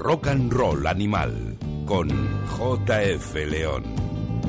Rock and Roll Animal con J.F. León.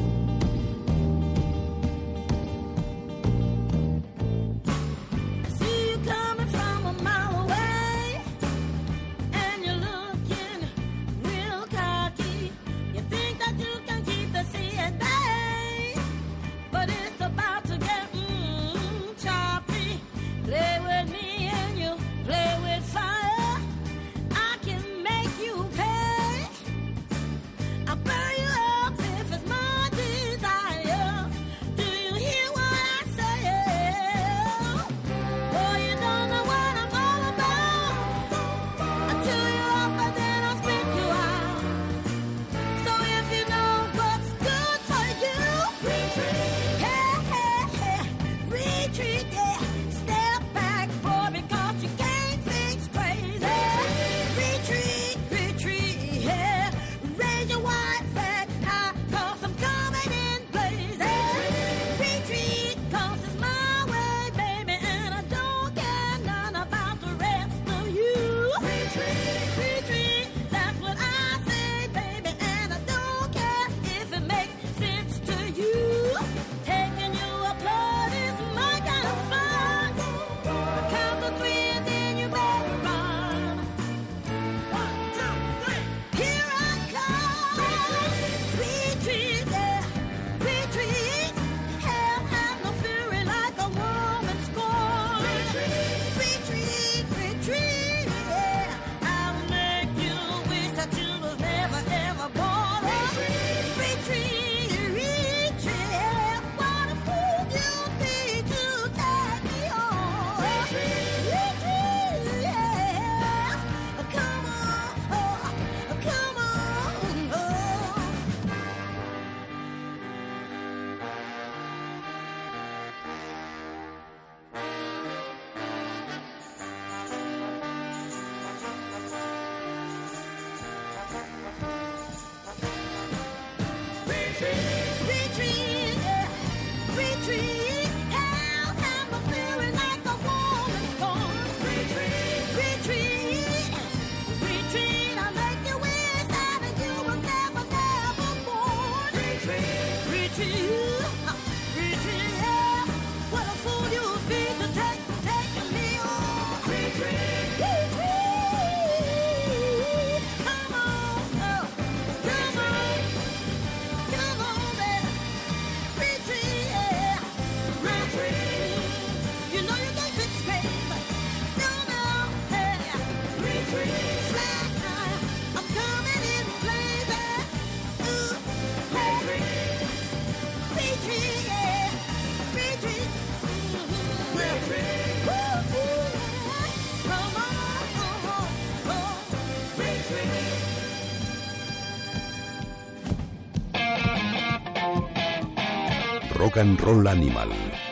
Rock and Roll Animal.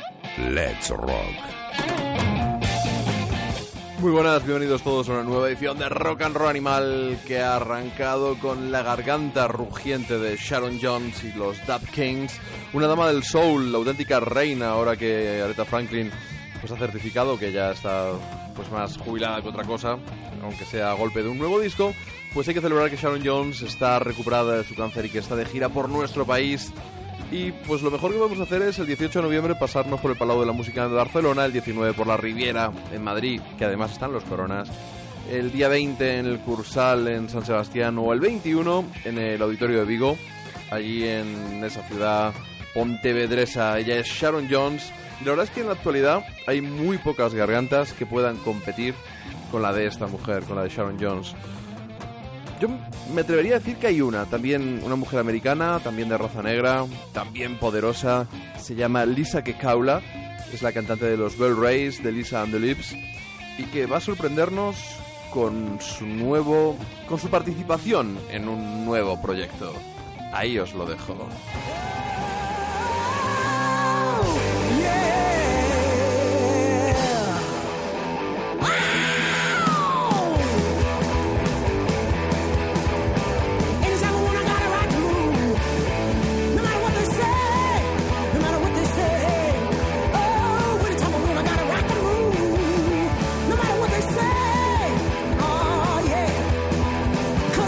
Let's rock. Muy buenas, bienvenidos todos a una nueva edición de Rock and Roll Animal que ha arrancado con la garganta rugiente de Sharon Jones y los Dub Kings, una dama del soul, la auténtica reina, ahora que Aretha Franklin pues ha certificado que ya está pues más jubilada que otra cosa, aunque sea a golpe de un nuevo disco. Pues hay que celebrar que Sharon Jones está recuperada de su cáncer y que está de gira por nuestro país. Y pues lo mejor que podemos hacer es el 18 de noviembre pasarnos por el Palau de la Música de Barcelona, el 19 por la Riviera en Madrid, que además están los Coronas, el día 20 en el Cursal en San Sebastián o el 21 en el Auditorio de Vigo, allí en esa ciudad pontevedresa. Ella es Sharon Jones y la verdad es que en la actualidad hay muy pocas gargantas que puedan competir con la de esta mujer, con la de Sharon Jones. Yo me atrevería a decir que hay también una mujer americana, también de raza negra, también poderosa, se llama Lisa Kekaula, es la cantante de los Bell Rays, de Lisa and the Lips, y que va a sorprendernos con su participación en un nuevo proyecto. Ahí os lo dejo. Come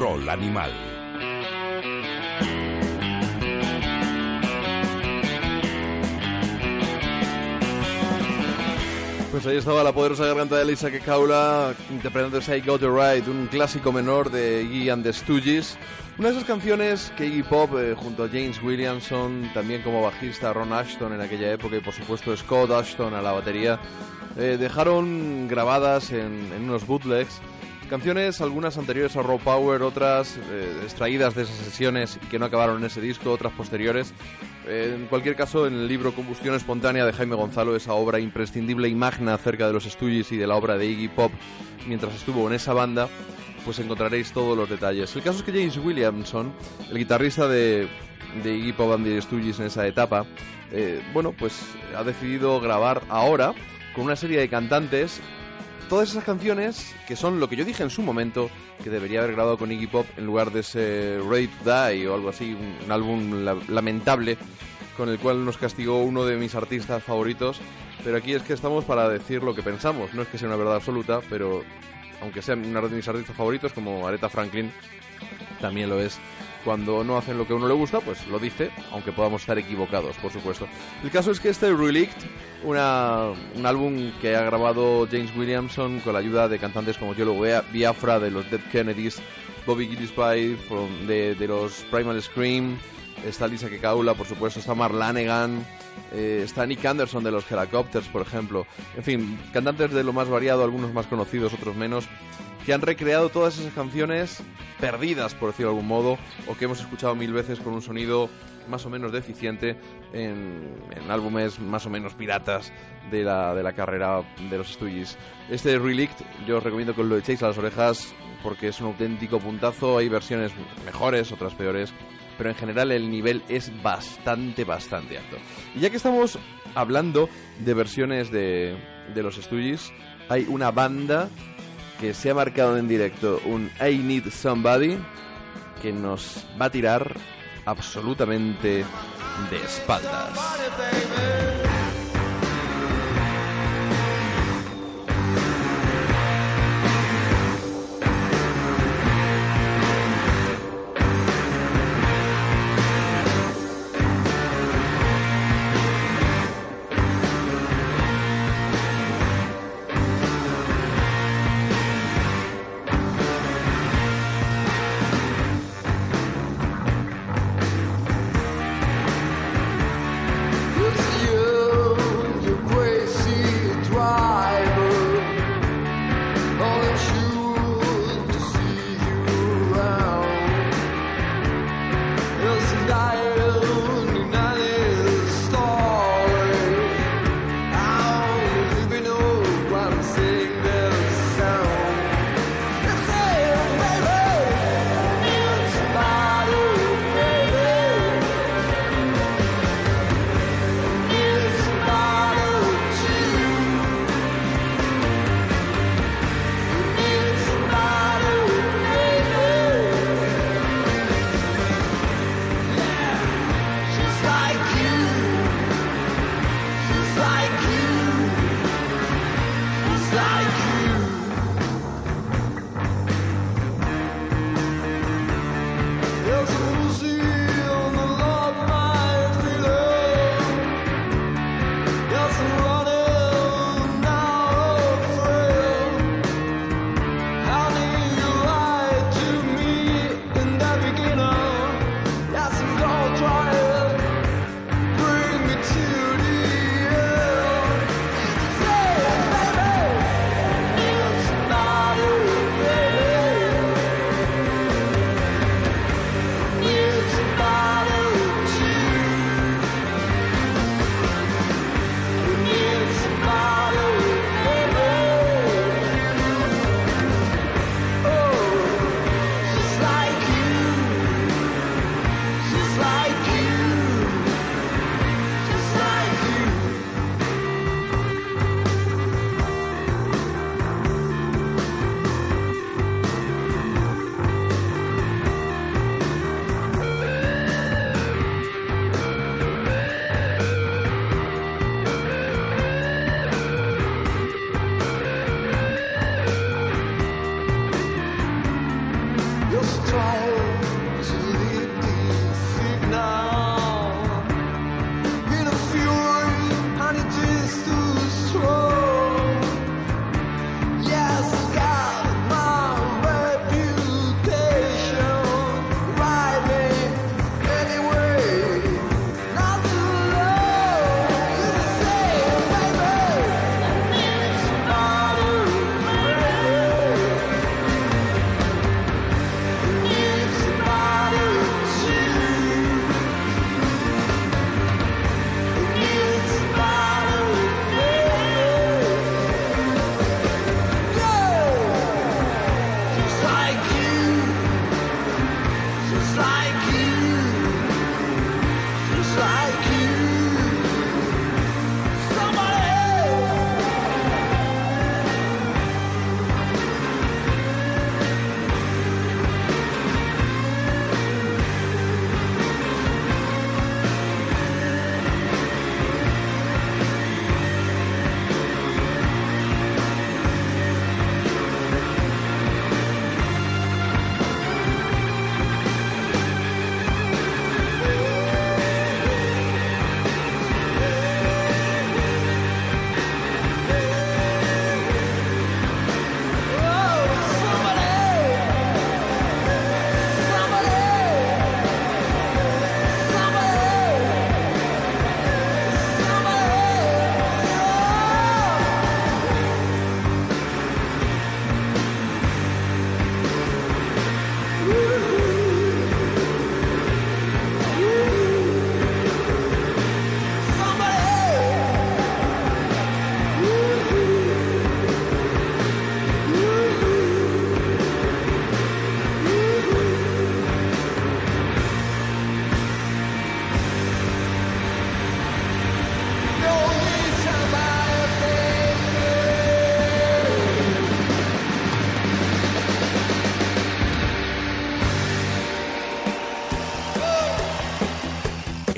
Control Animal. Pues ahí estaba la poderosa garganta de Lisa Kekaula interpretando I Got It Right, un clásico menor de Iggy and the Stooges. Una de esas canciones que Iggy Pop, junto a James Williamson, también como bajista Ron Ashton en aquella época y por supuesto Scott Ashton a la batería, dejaron grabadas en unos bootlegs. Canciones, algunas anteriores a Raw Power, otras extraídas de esas sesiones y que no acabaron en ese disco, otras posteriores. En cualquier caso, en el libro Combustión Espontánea de Jaime Gonzalo, esa obra imprescindible y magna acerca de los Stooges y de la obra de Iggy Pop mientras estuvo en esa banda, pues encontraréis todos los detalles. El caso es que James Williamson, el guitarrista de Iggy Pop and the Stooges en esa etapa, pues ha decidido grabar ahora con una serie de cantantes todas esas canciones que son lo que yo dije en su momento que debería haber grabado con Iggy Pop en lugar de ese Ready to Die o algo así, un álbum lamentable con el cual nos castigó uno de mis artistas favoritos. Pero aquí es que estamos para decir lo que pensamos, no es que sea una verdad absoluta, pero aunque sea una de mis artistas favoritos como Aretha Franklin, también lo es. Cuando no hacen lo que a uno le gusta, pues lo dice, aunque podamos estar equivocados, por supuesto. El caso es que este Relict, un álbum que ha grabado James Williamson con la ayuda de cantantes como Yolo Biafra de los Dead Kennedys, Bobby Gillespie de los Primal Scream, está Lisa Kekaula, por supuesto, está Mark Lanegan, está Nick Anderson de los Helicopters, por ejemplo. En fin, cantantes de lo más variado, algunos más conocidos, otros menos, que han recreado todas esas canciones perdidas, por decirlo de algún modo, o que hemos escuchado mil veces con un sonido más o menos deficiente en álbumes más o menos piratas de la carrera de los Stooges. Este Relict yo os recomiendo que os lo echéis a las orejas porque es un auténtico puntazo. Hay versiones mejores, otras peores, pero en general el nivel es bastante alto. Y ya que estamos hablando de versiones de los Stooges, hay una banda que se ha marcado en directo un I Need Somebody que nos va a tirar absolutamente de espaldas.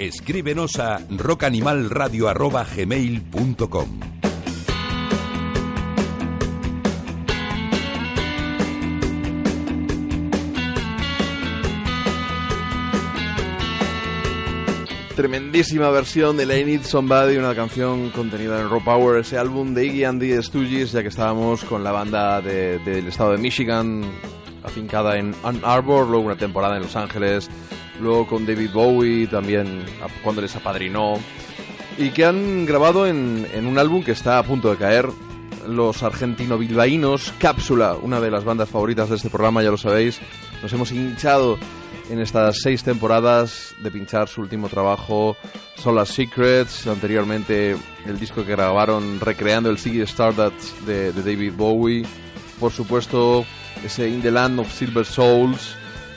Escríbenos a rockanimalradio@gmail.com. Tremendísima versión de I Need Somebody, una canción contenida en Raw Power, ese álbum de Iggy and the Stooges, ya que estábamos con la banda del estado de Michigan, afincada en Ann Arbor, luego una temporada en Los Ángeles, luego con David Bowie también cuando les apadrinó, y que han grabado en un álbum que está a punto de caer, los argentino-bilbaínos Cápsula, una de las bandas favoritas de este programa, ya lo sabéis. Nos hemos hinchado en estas 6 temporadas de pinchar su último trabajo, Solar Secrets, anteriormente el disco que grabaron recreando el Ziggy Stardust de David Bowie, por supuesto ese In the Land of Silver Souls,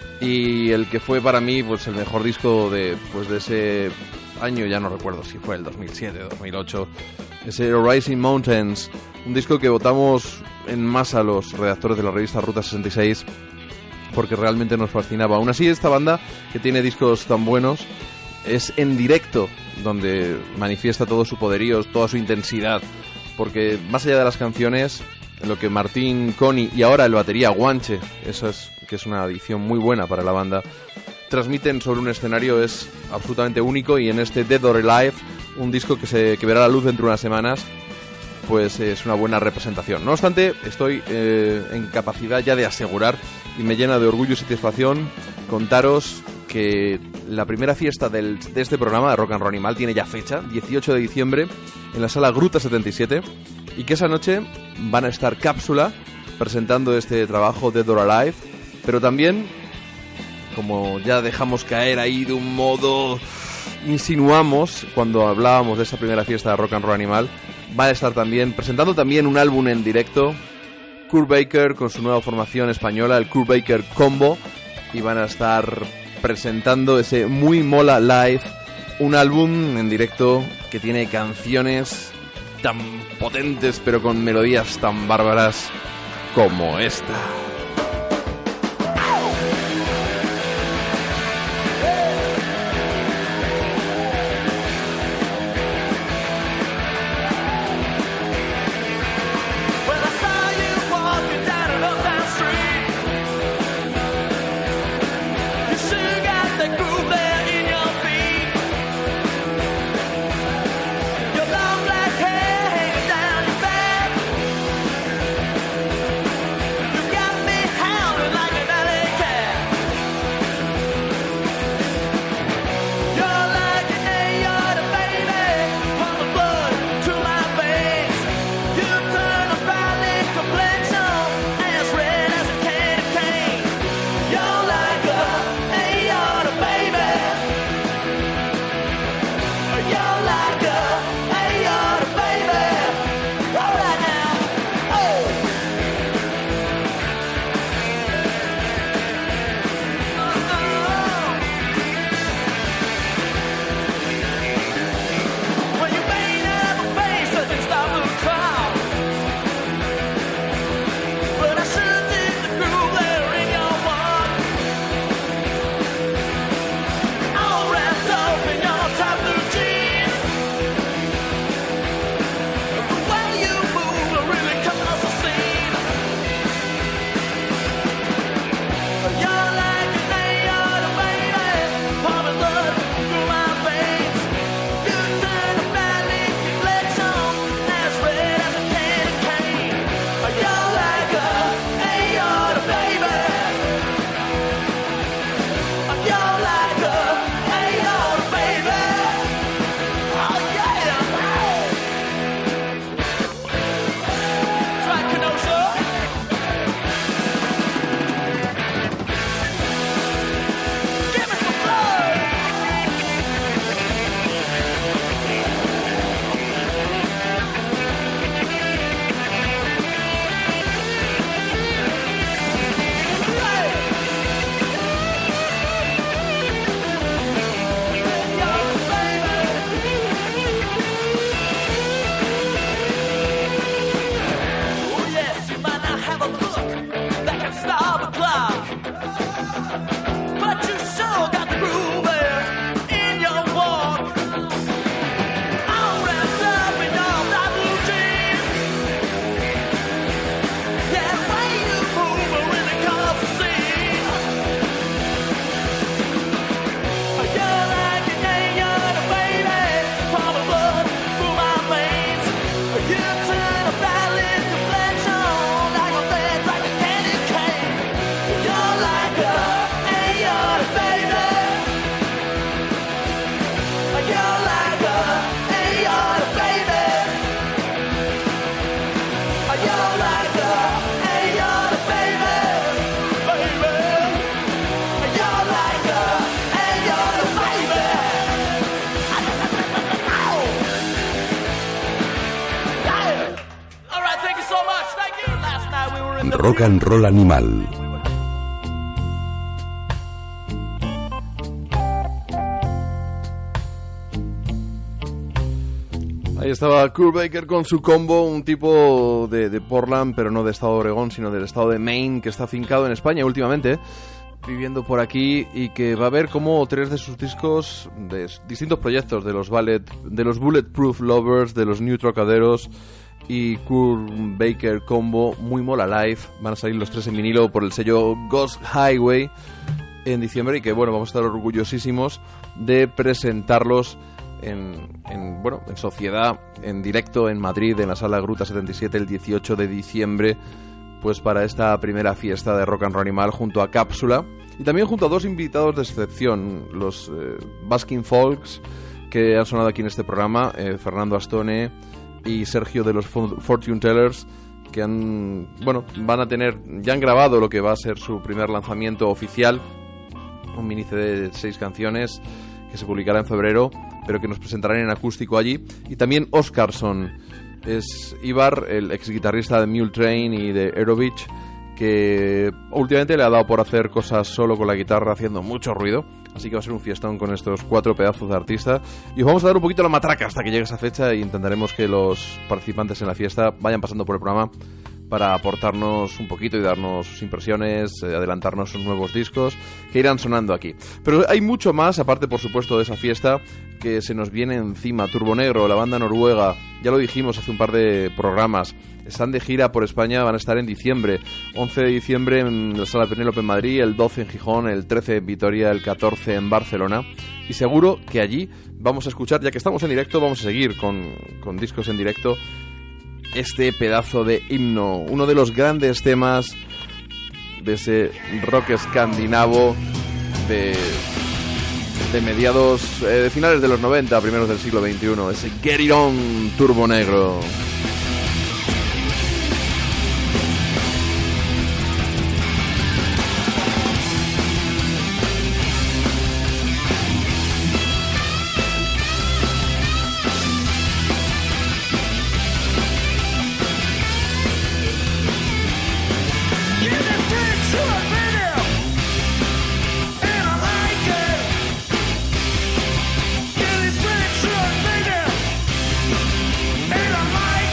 y el que fue para mí pues el mejor disco de ese año, ya no recuerdo si fue el 2007 o 2008, ese Rising Mountains, un disco que votamos en masa los redactores de la revista Ruta 66 porque realmente nos fascinaba. Aún así, esta banda, que tiene discos tan buenos, es en directo donde manifiesta todo su poderío, toda su intensidad, porque más allá de las canciones, lo que Martín Coni y ahora el batería Guanche, que es una adición muy buena para la banda, transmiten sobre un escenario es absolutamente único, y en este Dead or Alive, un disco que verá la luz dentro de unas semanas, pues es una buena representación. No obstante, estoy en capacidad ya de asegurar, y me llena de orgullo y satisfacción contaros que la primera fiesta de este programa de Rock and Roll Animal tiene ya fecha, 18 de diciembre, en la sala Gruta 77, y que esa noche van a estar Cápsula presentando este trabajo Dead or Alive, pero también, como ya dejamos caer ahí de un modo, insinuamos cuando hablábamos de esa primera fiesta de Rock and Roll Animal, va a estar también presentando también un álbum en directo, Kurt Baker con su nueva formación española, el Kurt Baker Combo, y van a estar presentando ese Muy Mola Live, un álbum en directo que tiene canciones tan potentes pero con melodías tan bárbaras como esta. Got me Rock and Roll Animal. Ahí estaba Kurt Baker con su combo, un tipo de Portland, pero no de estado de Oregón, sino del estado de Maine, que está afincado en España últimamente, viviendo por aquí, y que va a ver cómo 3 de sus discos, de distintos proyectos, de los Bulletproof Lovers, de los New Trocaderos y Kurt Baker Combo, muy mola live, van a salir los 3 en vinilo por el sello Ghost Highway en diciembre, y que bueno, vamos a estar orgullosísimos de presentarlos en sociedad, en directo en Madrid, en la Sala Gruta 77 el 18 de diciembre, pues para esta primera fiesta de Rock and Roll Animal junto a Cápsula y también junto a 2 invitados de excepción, los Baskin Folks, que han sonado aquí en este programa, Fernando Astone y Sergio de los Fortune Tellers, que ya han grabado lo que va a ser su primer lanzamiento oficial, un mini CD de 6 canciones que se publicará en febrero, pero que nos presentarán en acústico allí. Y también Oscarson, es Ibar, el ex guitarrista de Mule Train y de Aerobitch, que últimamente le ha dado por hacer cosas solo con la guitarra, haciendo mucho ruido, así que va a ser un fiestón con estos 4 pedazos de artistas, y os vamos a dar un poquito la matraca hasta que llegue esa fecha, e intentaremos que los participantes en la fiesta vayan pasando por el programa para aportarnos un poquito y darnos sus impresiones, adelantarnos sus nuevos discos que irán sonando aquí. Pero hay mucho más, aparte por supuesto de esa fiesta, que se nos viene encima. Turbonegro, la banda noruega, ya lo dijimos hace un par de programas, están de gira por España, van a estar en diciembre, 11 de diciembre en la Sala Penélope en Madrid, el 12 en Gijón, el 13 en Vitoria, el 14 en Barcelona, y seguro que allí vamos a escuchar, ya que estamos en directo, vamos a seguir con discos en directo, este pedazo de himno, uno de los grandes temas de ese rock escandinavo de mediados, de finales de los 90, primeros del siglo XXI, ese Get It On, Turbonegro. Like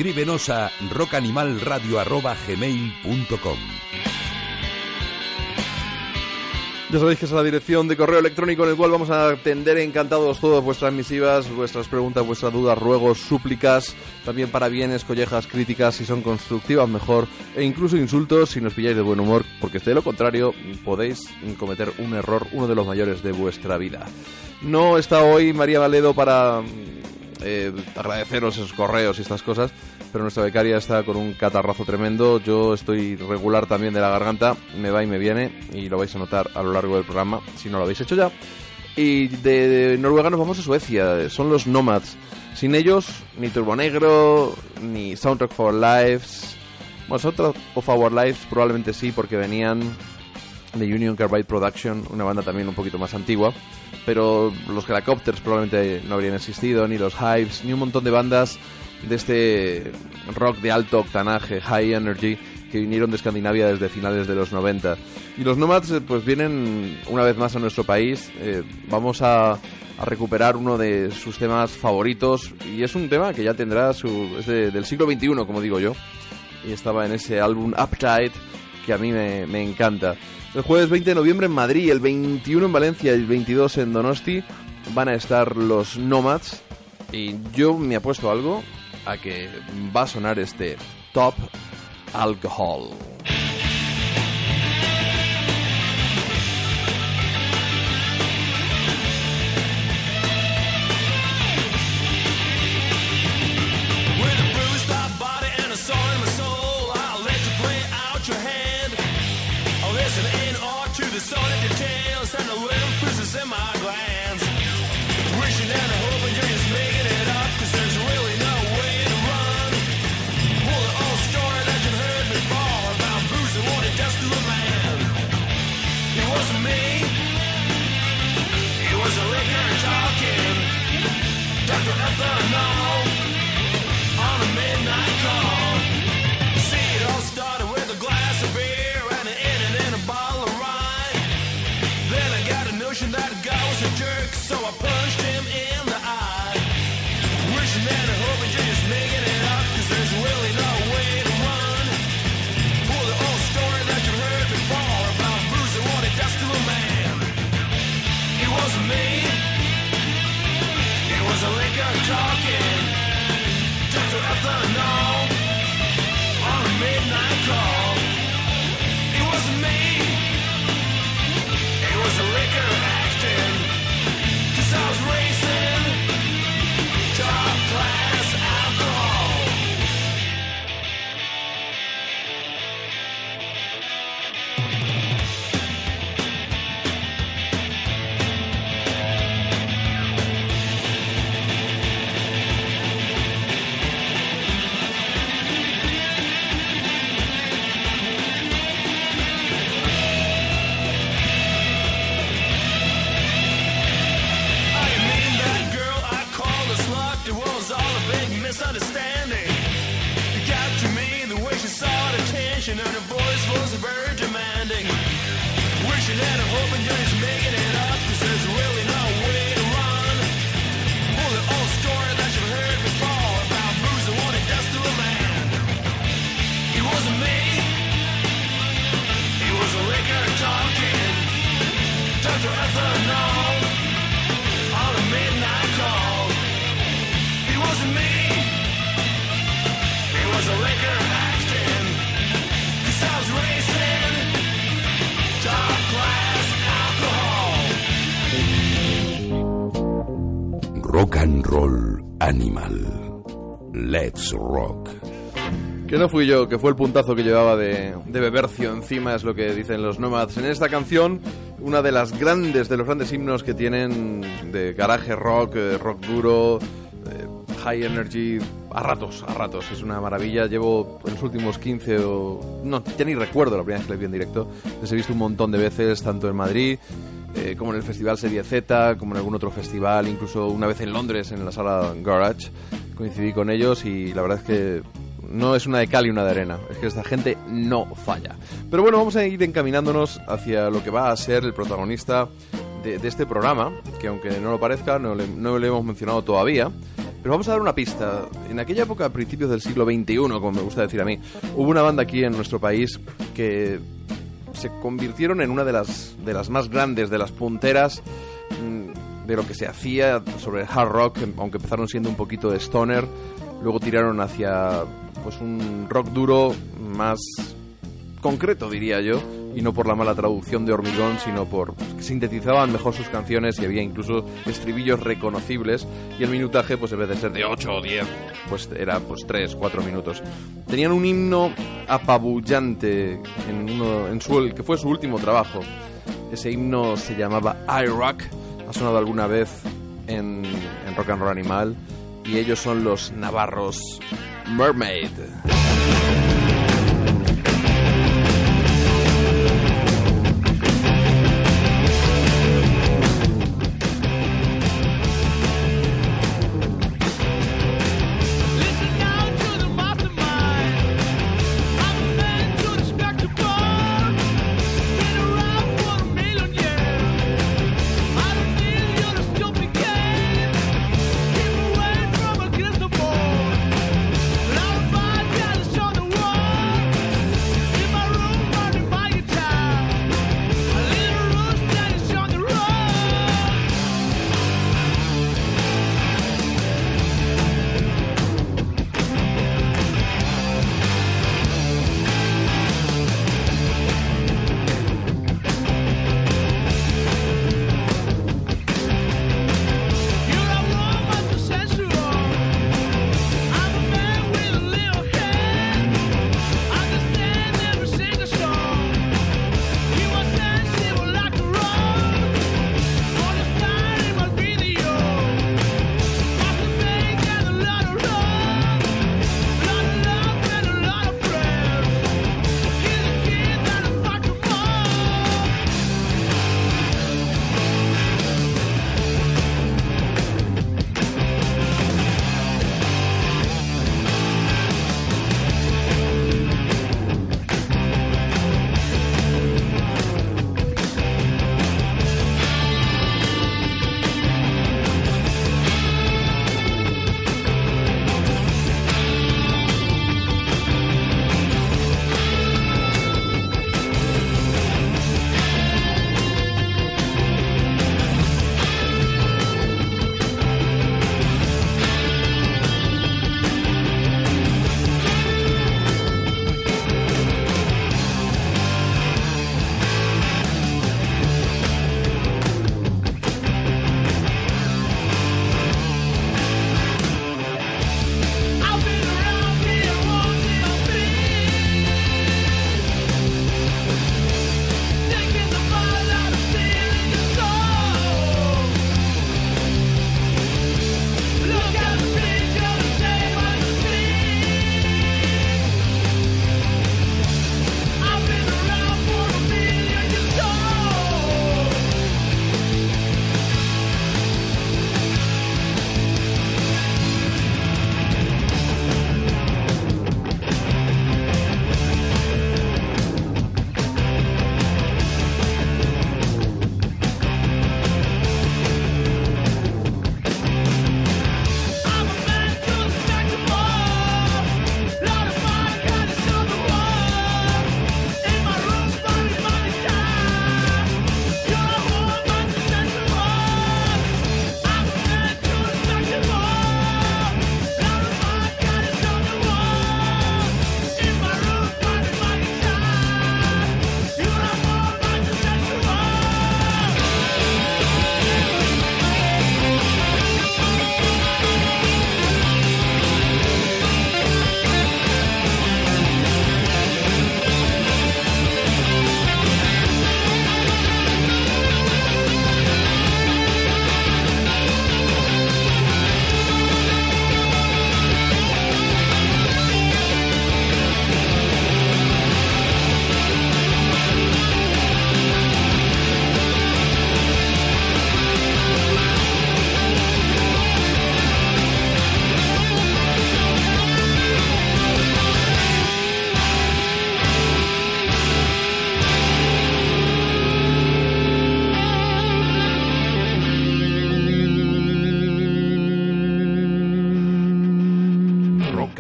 Escríbenos a rockanimalradio@gmail.com. Ya sabéis que es la dirección de correo electrónico en el cual vamos a atender encantados todas vuestras misivas, vuestras preguntas, vuestras dudas, ruegos, súplicas, también parabienes, collejas, críticas, si son constructivas mejor, e incluso insultos si nos pilláis de buen humor, porque de lo contrario podéis cometer un error, uno de los mayores de vuestra vida. No está hoy María Valedo para agradeceros esos correos y estas cosas, pero nuestra becaria está con un catarrazo tremendo. Yo estoy regular también de la garganta, me va y me viene, y lo vais a notar a lo largo del programa si no lo habéis hecho ya. Y de Noruega nos vamos a Suecia, son los Nomads. Sin ellos, ni Turbo Negro, ni Soundtrack for Our Lives. Bueno, Soundtrack of Our Lives probablemente sí, porque venían de Union Carbide Production, una banda también un poquito más antigua, pero los Helicopters probablemente no habrían existido, ni los Hives, ni un montón de bandas de este rock de alto octanaje, high energy, que vinieron de Escandinavia desde finales de los 90. Y los Nomads pues vienen una vez más a nuestro país. Vamos a recuperar uno de sus temas favoritos, y es un tema que ya tendrá es del siglo XXI, como digo yo, y estaba en ese álbum Uptight, que a mí me encanta. El jueves 20 de noviembre en Madrid, el 21 en Valencia y el 22 en Donosti van a estar los Nomads, y yo me apuesto algo a que va a sonar este Top Alcohol. Rock and Roll Animal. Let's Rock. Que no fui yo, que fue el puntazo que llevaba de Bebercio encima, es lo que dicen los Nomads. En esta canción, una de los grandes himnos que tienen de garaje rock, rock duro, high energy, a ratos. Es una maravilla. Llevo en los últimos 15 o... No, ya ni recuerdo la primera vez que les vi en directo. Les he visto un montón de veces, tanto en Madrid, como en el Festival Serie Z, como en algún otro festival, incluso una vez en Londres, en la sala Garage. Coincidí con ellos y la verdad es que no es una de cal y una de arena, es que esta gente no falla. Pero bueno, vamos a ir encaminándonos hacia lo que va a ser el protagonista de este programa, que aunque no lo parezca, no le hemos mencionado todavía. Pero vamos a dar una pista. En aquella época, a principios del siglo XXI, como me gusta decir a mí, hubo una banda aquí en nuestro país que se convirtieron en una de las más grandes, de las punteras de lo que se hacía sobre el hard rock, aunque empezaron siendo un poquito de stoner, luego tiraron hacia pues un rock duro más concreto, diría yo, y no por la mala traducción de Hormigón, sino por que sintetizaban mejor sus canciones y había incluso estribillos reconocibles, y el minutaje, pues en vez de ser de 8 o 10, pues era pues 3, 4 minutos. Tenían un himno apabullante el que fue su último trabajo. Ese himno se llamaba I Rock, ha sonado alguna vez en Rock and Roll Animal, y ellos son los navarros Mermaid. Got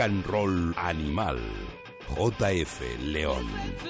and Roll Animal. J.F. León.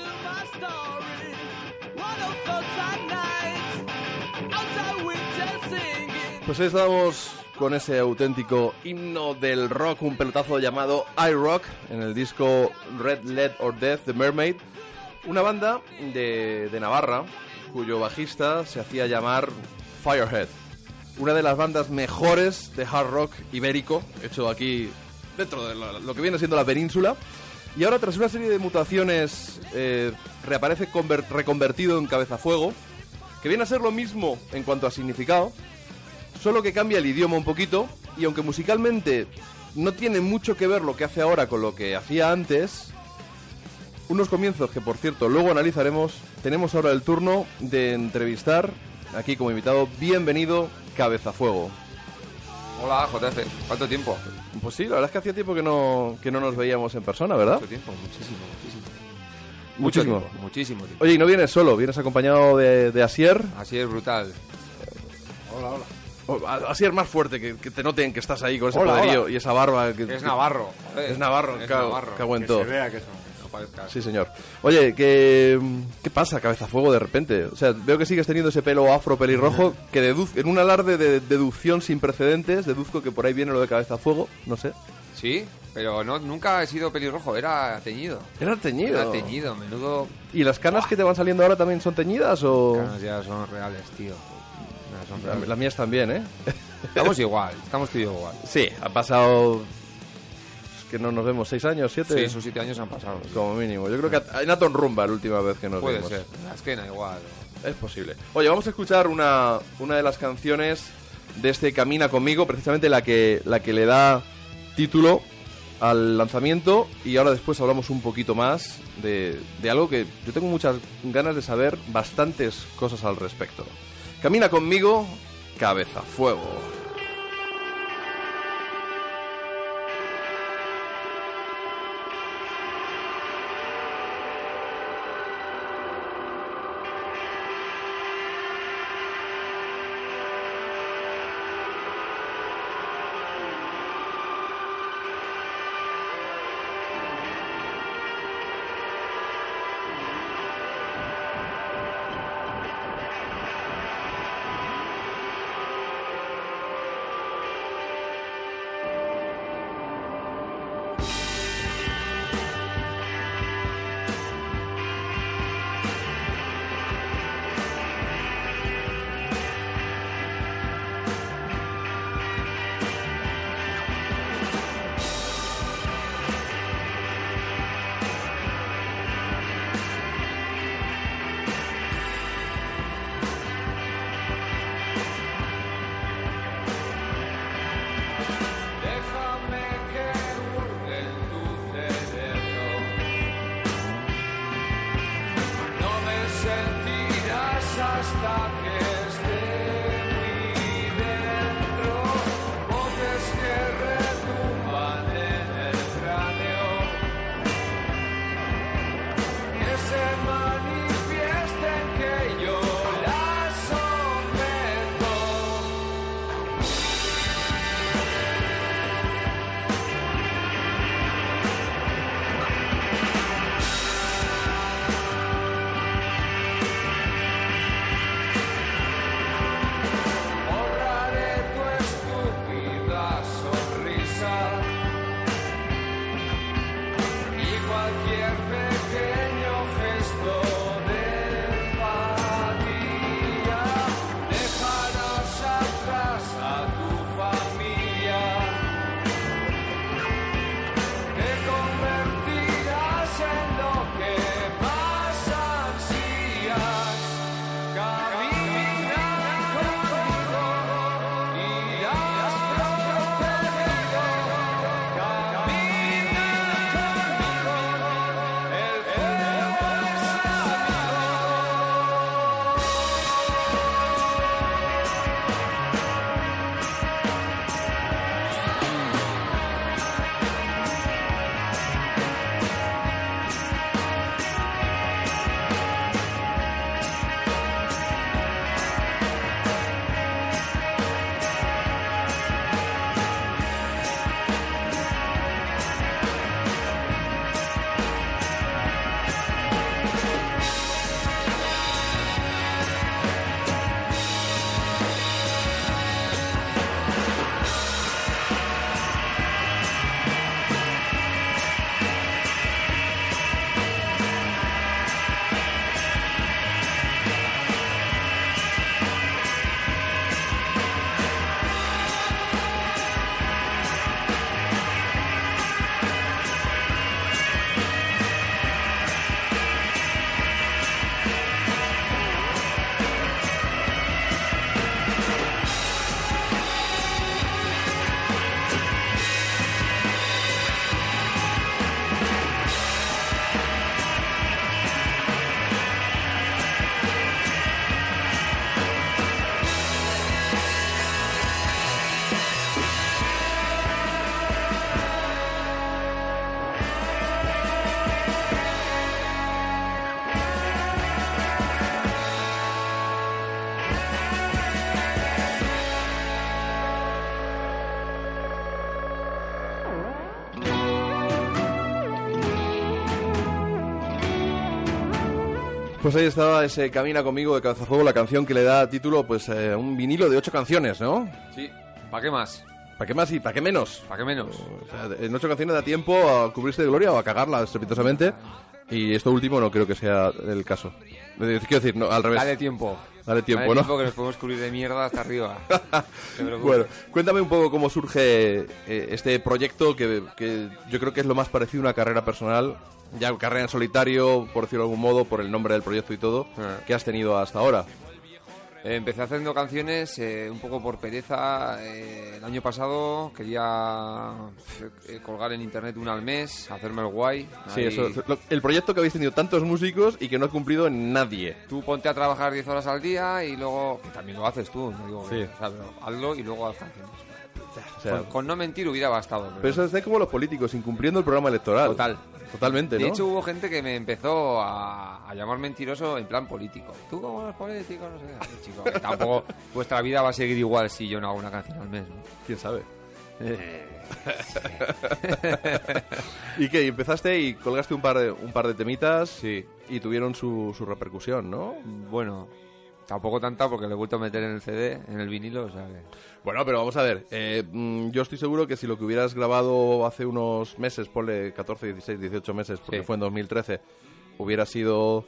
Pues ahí estamos con ese auténtico himno del rock, un pelotazo llamado I Rock, en el disco Red Lead or Death de Mermaid, una banda de Navarra cuyo bajista se hacía llamar Firehead, una de las bandas mejores de hard rock ibérico, hecho aquí dentro de lo que viene siendo la península, y ahora tras una serie de mutaciones reaparece reconvertido en Cabezafuego, que viene a ser lo mismo en cuanto a significado, solo que cambia el idioma un poquito, y aunque musicalmente no tiene mucho que ver lo que hace ahora con lo que hacía antes, unos comienzos que, por cierto, luego analizaremos. Tenemos ahora el turno de entrevistar, aquí como invitado, bienvenido, Cabezafuego. Hola, JF, ¿cuánto tiempo? Pues sí, la verdad es que hacía tiempo que no nos veíamos en persona, ¿verdad? Mucho tiempo, muchísimo. Muchísimo tiempo. Oye, y no vienes solo, vienes acompañado de Asier. Así es, brutal. Hola. Asier más fuerte, que te noten que estás ahí con ese poderío y esa barba. Que es Navarro. Es Navarro, cago en todo. Que se vea que son. Sí, señor. Oye, ¿qué pasa, Cabezafuego, de repente? O sea, veo que sigues teniendo ese pelo afro pelirrojo que en un alarde de deducción sin precedentes, deduzco que por ahí viene lo de Cabezafuego, no sé. Sí, pero nunca he sido pelirrojo, era teñido. Era teñido. Era teñido, menudo. ¿Y las canas que te van saliendo ahora también son teñidas o...? Las canas ya son reales, tío. Son reales. Las mías también, ¿eh? Estamos igual, estamos tú y yo igual. Sí, ha pasado... que no nos vemos, 6 años, 7. Sí, esos 7 años han pasado. Como mínimo. Yo creo que en Aton Rumba la última vez que nos Puede vimos. ser, la esquena igual. Es posible. Oye, vamos a escuchar una de las canciones de este Camina Conmigo, precisamente la que le da título al lanzamiento, y ahora después hablamos un poquito más de algo que yo tengo muchas ganas de saber, bastantes cosas al respecto. Camina Conmigo, Cabezafuego. Pues ahí estaba ese Camina conmigo de Cabeza a Fuego, la canción que le da título pues a un vinilo de 8 canciones, ¿no? Sí, ¿para qué más? ¿Para qué más y para qué menos? ¿Para qué menos? O sea, en 8 canciones da tiempo a cubrirse de gloria o a cagarla estrepitosamente. Y esto último no creo que sea el caso. Quiero decir, no, al revés. Dale tiempo. Dale tiempo, Dale ¿no? tiempo que nos podemos cubrir de mierda hasta arriba. Bueno, cuéntame un poco cómo surge este proyecto que yo creo que es lo más parecido a una carrera personal, ya carrera en solitario, por decirlo de algún modo, por el nombre del proyecto y todo, que has tenido hasta ahora. Empecé haciendo canciones un poco por pereza. El año pasado quería colgar en internet una al mes, hacerme el guay. Sí, Ahí... eso. El proyecto que habéis tenido tantos músicos y que no ha cumplido nadie. Tú ponte a trabajar 10 horas al día y luego... Que también lo haces tú, no digo que... Sí. O sea, pero hazlo y luego haz canciones. O sea, Con no mentir hubiera bastado. pero eso es como los políticos, incumpliendo el programa electoral. Totalmente, ¿no? De hecho, hubo gente que me empezó a llamar mentiroso en plan político. Tú como los políticos, no sé qué. Ay, chico, que tampoco vuestra vida va a seguir igual si yo no hago una canción al mes, ¿no? ¿Quién sabe? ¿Y qué? Empezaste y colgaste un par de temitas. Sí. Y tuvieron su repercusión, ¿no? Bueno, tampoco tanta porque le he vuelto a meter en el CD, en el vinilo, o sea que... Bueno, pero vamos a ver. Yo estoy seguro que si lo que hubieras grabado hace unos meses, ponle 14, 16, 18 meses, porque Sí. fue en 2013, hubiera sido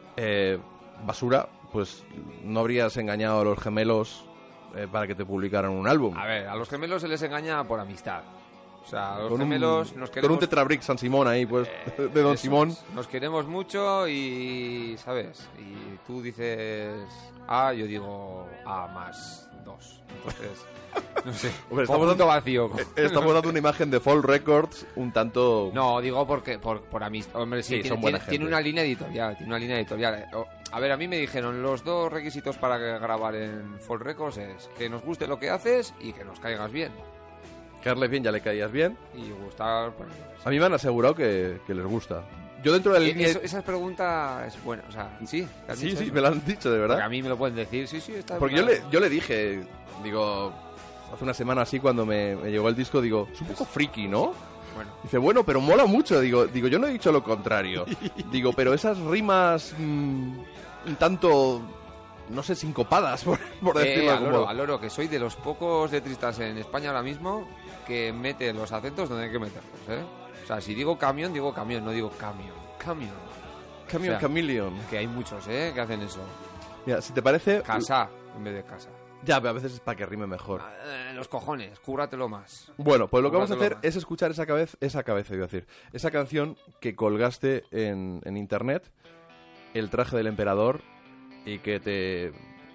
basura, pues no habrías engañado a los gemelos para que te publicaran un álbum. A ver, a los gemelos se les engaña por amistad. O sea, a los Con gemelos nos con queremos... un Tetrabric San Simón ahí, pues, de Don Eso Simón. es. Nos queremos mucho y, ¿sabes? Y tú dices A, yo digo A más 2. Entonces, no sé. Hombre, Conjunto vacío. Estamos dando una imagen de Fall Records un tanto... No, digo porque por amistad. Hombre, sí, Sí, son buena tiene gente. una línea editorial. Tiene una línea editorial. A ver, a mí me dijeron los 2 requisitos para grabar en Fall Records es que nos guste lo que haces y que nos caigas bien. Caerles bien, ya le caías bien. Y gustar, pues... A mí me han asegurado que les gusta. Yo dentro de la línea... Esa pregunta es buena. O sea, sí. ¿te han Sí, dicho sí, eso? me lo han dicho, de Porque verdad. a mí me lo pueden decir. Sí, está Porque yo le dije, digo, hace una semana así cuando me llegó el disco, digo, es un poco friki, ¿no? Bueno. Dice, bueno, pero mola mucho. Digo, yo no he dicho lo contrario. Digo, pero esas rimas un tanto, no sé, sincopadas, por decirlo de algún modo. Al oro, que soy de los pocos letristas en España ahora mismo que mete los acentos donde hay que meterlos, ¿eh? O sea, si digo camión, no digo camión. Camión. Camion O sea, Chameleon. Que hay muchos, ¿eh? Que hacen eso. Mira, si te parece... Casa, en vez de casa. Ya, pero a veces es para que rime mejor. Los cojones, cúrratelo más. Bueno, pues lo que vamos a hacer Cúrratelo más. es escuchar iba a decir, esa canción que colgaste en internet, El traje del emperador, y que te...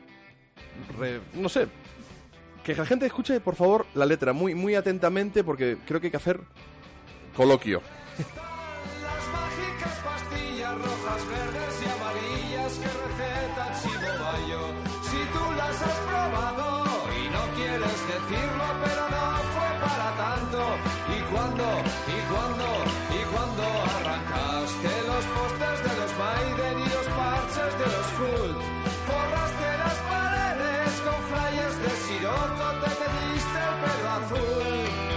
no sé, que la gente escuche, por favor, la letra muy, muy atentamente, porque creo que hay que hacer coloquio. Las mágicas pastillas rojas, verdes y amarillas que receta Chimo Bayo. Si tú las has probado y no quieres decirlo, pero no fue para tanto. ¿Y cuando arrancaste los pósters de los Maiden y los parches de los Cult? Forraste las paredes con flyers de Siroco, te pediste el pelo azul.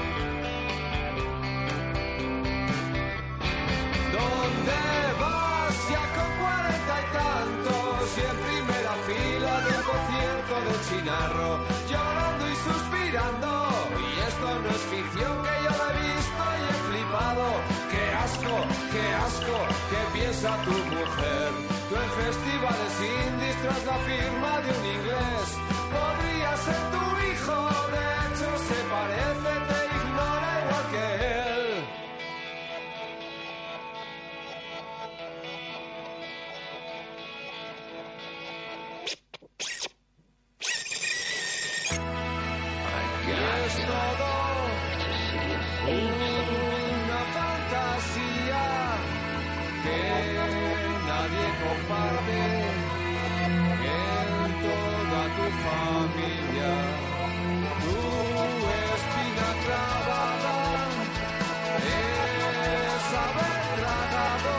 ¿Dónde vas ya con 40 y tantos y en primera fila del concierto de Chinarro, llorando y suspirando? Y esto no es ficción, que yo lo he visto y he flipado. Qué asco, que piensa tu mujer. Tú en festivales indies tras la firma de un inglés. Podría ser tu hijo, de hecho se parece, te ignora igual que él. Es todo una fantasía que nadie comparte en toda tu familia. Tu espina clavada es haber tragado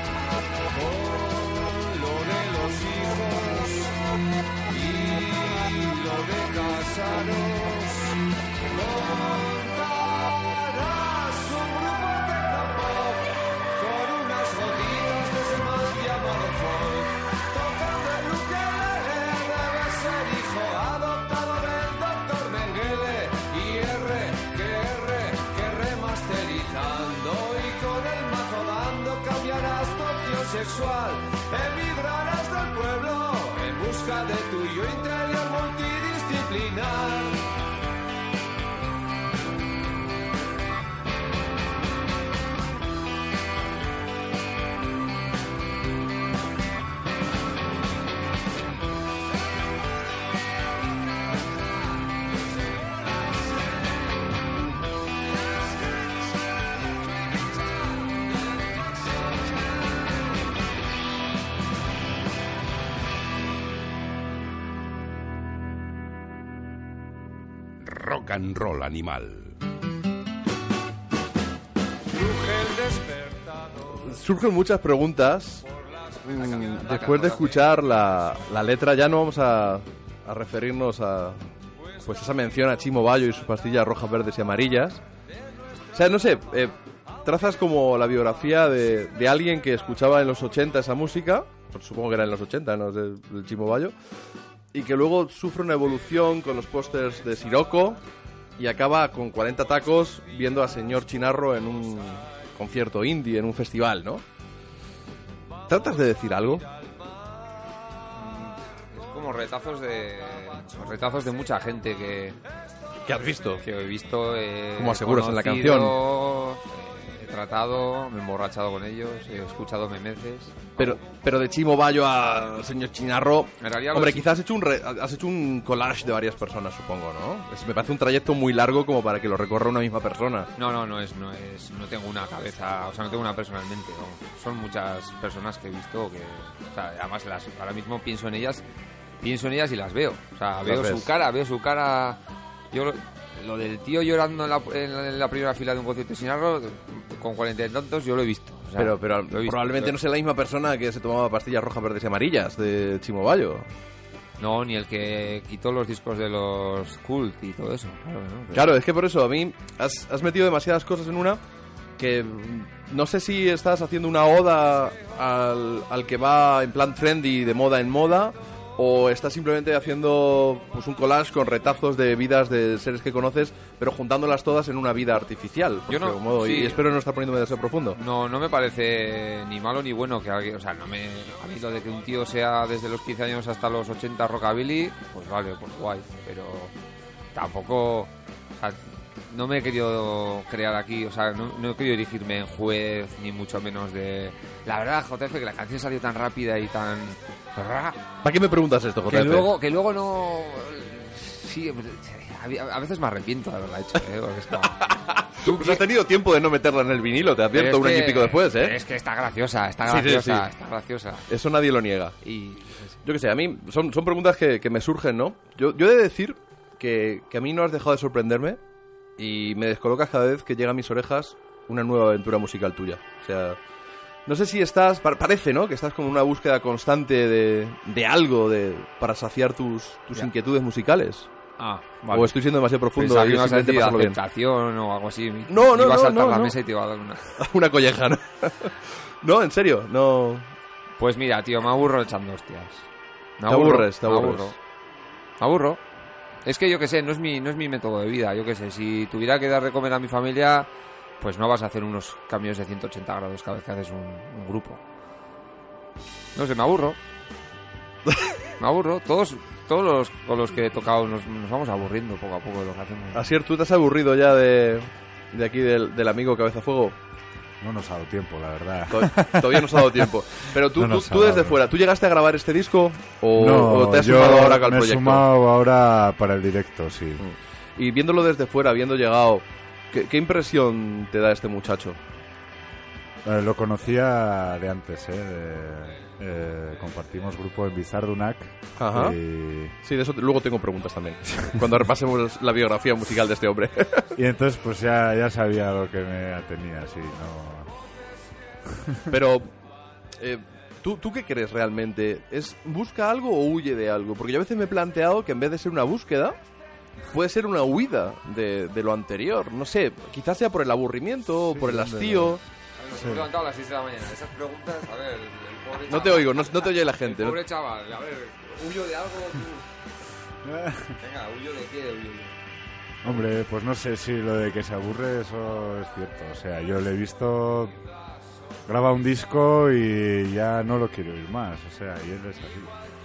con lo de los hijos y lo de casaros. Montarás un grupo tecnopop con unas gotitas de ese mal llamado folk. sexual, emigrarás del pueblo en busca de tu yo interior multidisciplinar. Rock and roll animal. Surgen muchas preguntas después de escuchar la letra. Ya no vamos a referirnos a pues esa mención a Chimo Bayo y sus pastillas rojas, verdes y amarillas. O sea, no sé, trazas como la biografía de alguien que escuchaba en los 80 esa música, pues supongo que era en los 80, ¿no? Del Chimo Bayo, y que luego sufre una evolución con los pósters de Sirocco y acaba con 40 tacos viendo a Señor Chinarro en un concierto indie, en un festival, ¿no? ¿Tratas de decir algo? Es como retazos de mucha gente que has visto? Que he visto, como aseguras en la conocido, canción. He tratado, me he emborrachado con ellos, he escuchado memeces. Pero de Chimo Bayo a Señor Chinarro, en realidad, hombre, quizás has hecho un collage de varias personas, supongo, ¿no? Me parece un trayecto muy largo como para que lo recorra una misma persona. No tengo una cabeza, o sea, no tengo una personalmente, no. Son muchas personas que he visto que, o sea, además ahora mismo pienso en ellas y las veo. O sea, veo su cara. Yo lo del tío llorando en la primera fila de un concierto de Sinarro, con 40 y tantos, yo lo he visto. O sea, pero lo he visto, probablemente no sea la misma persona que se tomaba pastillas rojas, verdes y amarillas de Chimo Bayo. No, ni el que quitó los discos de los Cult y todo eso. Claro, es que por eso a mí has metido demasiadas cosas en una que no sé si estás haciendo una oda al que va en plan trendy, de moda en moda, o estás simplemente haciendo pues un collage con retazos de vidas de seres que conoces, pero juntándolas todas en una vida artificial. Yo no, modo, sí. Y espero no estar poniéndome demasiado profundo. No me parece ni malo ni bueno que alguien, o sea, a mí lo de que un tío sea desde los 15 años hasta los 80 rockabilly, pues vale, pues guay, pero tampoco, o sea, no me he querido crear aquí, o sea, no he querido dirigirme en juez, ni mucho menos de... La verdad, JF, que la canción salió tan rápida y tan... ¿Para qué me preguntas esto, JF? Que luego no... Sí, a veces me arrepiento de haberla hecho, porque es como... Tú has tenido tiempo de no meterla en el vinilo, te advierto, un año y pico después, ¿eh? Es que está graciosa. Está graciosa. Eso nadie lo niega. Y... Yo qué sé, a mí son preguntas que me surgen, ¿no? Yo he de decir que a mí no has dejado de sorprenderme y me descolocas cada vez que llega a mis orejas una nueva aventura musical tuya. O sea, no sé si estás... Parece, ¿no? Que estás con una búsqueda constante de algo para saciar tus inquietudes musicales. Ah, vale. O estoy siendo demasiado profundo. Pensaba que ibas a decir aceptación o algo así. No. Iba a saltar la mesa y te iba a dar una colleja, ¿no? No, en serio, no... Pues mira, tío, me aburro echando hostias. Te aburres. Me aburro. Es que yo que sé, no es mi método de vida. Yo que sé, si tuviera que dar de comer a mi familia, pues no vas a hacer unos cambios de 180 grados cada vez que haces un grupo. No sé, me aburro. Me aburro. Todos los con los que he tocado nos vamos aburriendo poco a poco de lo que hacemos. Asier, ¿tú te has aburrido ya de aquí del amigo Cabeza Fuego? No nos ha dado tiempo, la verdad. Todavía nos ha dado tiempo. Pero tú desde fuera, ¿tú llegaste a grabar este disco no, o te has sumado ahora al proyecto? Me he sumado ahora para el directo, sí. Y viéndolo desde fuera, habiendo llegado, ¿qué impresión te da este muchacho? Lo conocía de antes, compartimos grupo en Bizardunac. Ajá. Sí, de eso luego tengo preguntas también. Cuando repasemos la biografía musical de este hombre. Y entonces pues ya sabía lo que me atenía, sí, no... Pero, ¿tú qué crees realmente? ¿Busca algo o huye de algo? Porque yo a veces me he planteado que en vez de ser una búsqueda, puede ser una huida de lo anterior. No sé, quizás sea por el aburrimiento o por el hastío. Nos hemos levantado a las 6 de la mañana. Esas preguntas, a ver, el pobre chaval, no te oigo, no te oye la gente. El pobre chaval, a ver, ¿huyo de algo tú? Venga, ¿huyo de qué? Hombre, pues no sé si lo de que se aburre, eso es cierto. O sea, yo le he visto graba un disco y ya no lo quiero oír más. O sea, y él es así.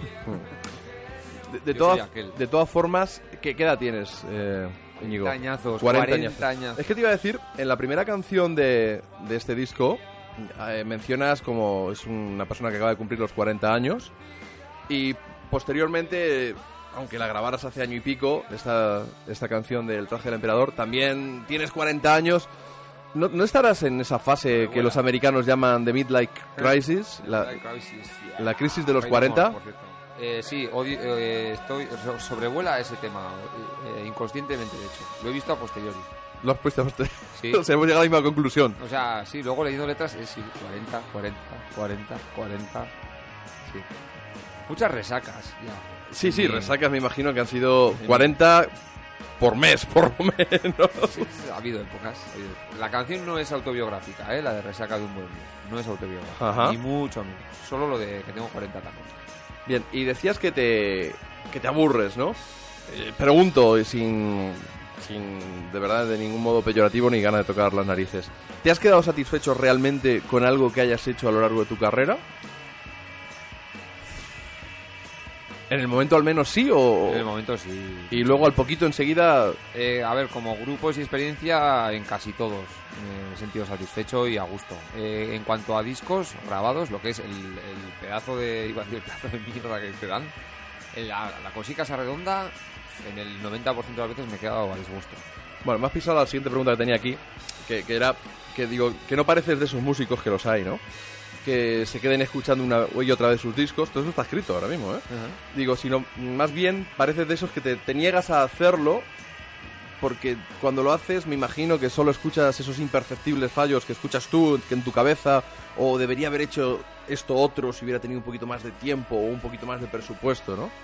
De todas formas, ¿qué edad tienes, Íñigo? 40 años. Es que te iba a decir, en la primera canción de este disco, mencionas como es una persona que acaba de cumplir los 40 años y posteriormente, aunque la grabaras hace año y pico, esta canción del Traje del Emperador, también tienes 40 años. ¿No estarás en esa fase que los americanos llaman The Midlife Crisis? La crisis de los 40. Sí, sobrevuela ese tema, inconscientemente de hecho. Lo he visto a posteriori. Lo has puesto a usted. Sí. O sea, hemos llegado a la misma conclusión. O sea, sí, luego leyendo letras, sí, 40. Sí. Muchas resacas, ya. Sí, resacas me imagino que han sido 40 por mes, por lo menos. Sí, ha habido épocas. La canción no es autobiográfica, la de Resaca de un buen día. No es autobiográfica, Ajá. ni mucho menos. Solo lo de que tengo 40 tacos. Bien, y decías que te aburres, ¿no? Pregunto, sin de verdad de ningún modo peyorativo ni ganas de tocar las narices. ¿Te has quedado satisfecho realmente con algo que hayas hecho a lo largo de tu carrera? ¿En el momento al menos sí o...? En el momento sí. Y luego al poquito enseguida... A ver, como grupos y experiencia, en casi todos me he sentido satisfecho y a gusto. En cuanto a discos grabados, lo que es el pedazo de... Iba a decir el pedazo de mierda que te dan. La cosica esa redonda, en el 90% de las veces me he quedado a disgusto. Bueno, me has pisado la siguiente pregunta que tenía aquí, que era... Que digo, que no pareces de esos músicos que los hay, ¿no? Que se queden escuchando una y otra vez sus discos. Todo eso está escrito ahora mismo, ¿eh? Uh-huh. Digo, sino más bien pareces de esos que te niegas a hacerlo porque cuando lo haces me imagino que solo escuchas esos imperceptibles fallos que escuchas tú, que en tu cabeza, o debería haber hecho esto otro si hubiera tenido un poquito más de tiempo o un poquito más de presupuesto, ¿no?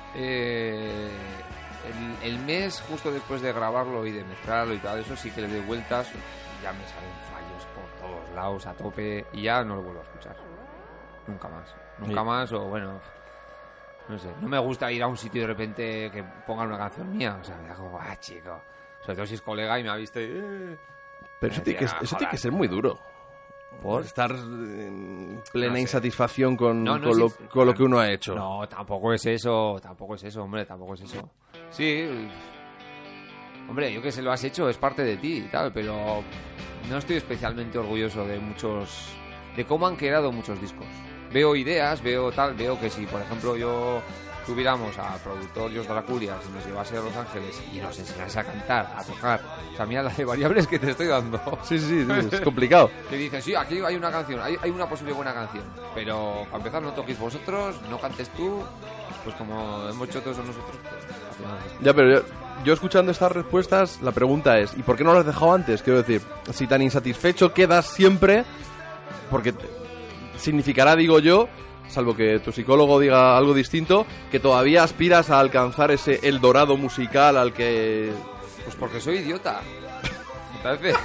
El mes justo después de grabarlo y de mezclarlo y todo eso sí que le doy vueltas, ya me salen fallos por todos lados a tope y ya no lo vuelvo a escuchar nunca más, o bueno, no sé, no me gusta ir a un sitio y de repente que pongan una canción mía, o sea, me hago chico, sobre todo si es colega y me ha visto pero eso tiene que ser muy duro. ¿Por? Estar en plena insatisfacción con lo que uno ha hecho. No, tampoco es eso, hombre, tampoco es eso. Sí, hombre, yo que sé, lo has hecho, es parte de ti y tal, pero no estoy especialmente orgulloso de cómo han quedado muchos discos. Veo ideas, veo que si, por ejemplo, yo tuviéramos al productor Jos Dracurias y nos llevase a Los Ángeles y nos enseñase a cantar, a tocar, o sea, mira las variables que te estoy dando. Sí, es complicado. Que dicen, sí, aquí hay una canción, hay una posible buena canción, pero para empezar no toquéis vosotros, no cantes tú, pues como hemos hecho todos nosotros. Pues, ya, pero yo escuchando estas respuestas, la pregunta es, ¿y por qué no lo has dejado antes? Quiero decir, si tan insatisfecho quedas siempre, porque significará, digo yo, salvo que tu psicólogo diga algo distinto, que todavía aspiras a alcanzar ese Eldorado musical al que... Pues porque soy idiota. ¿Te parece?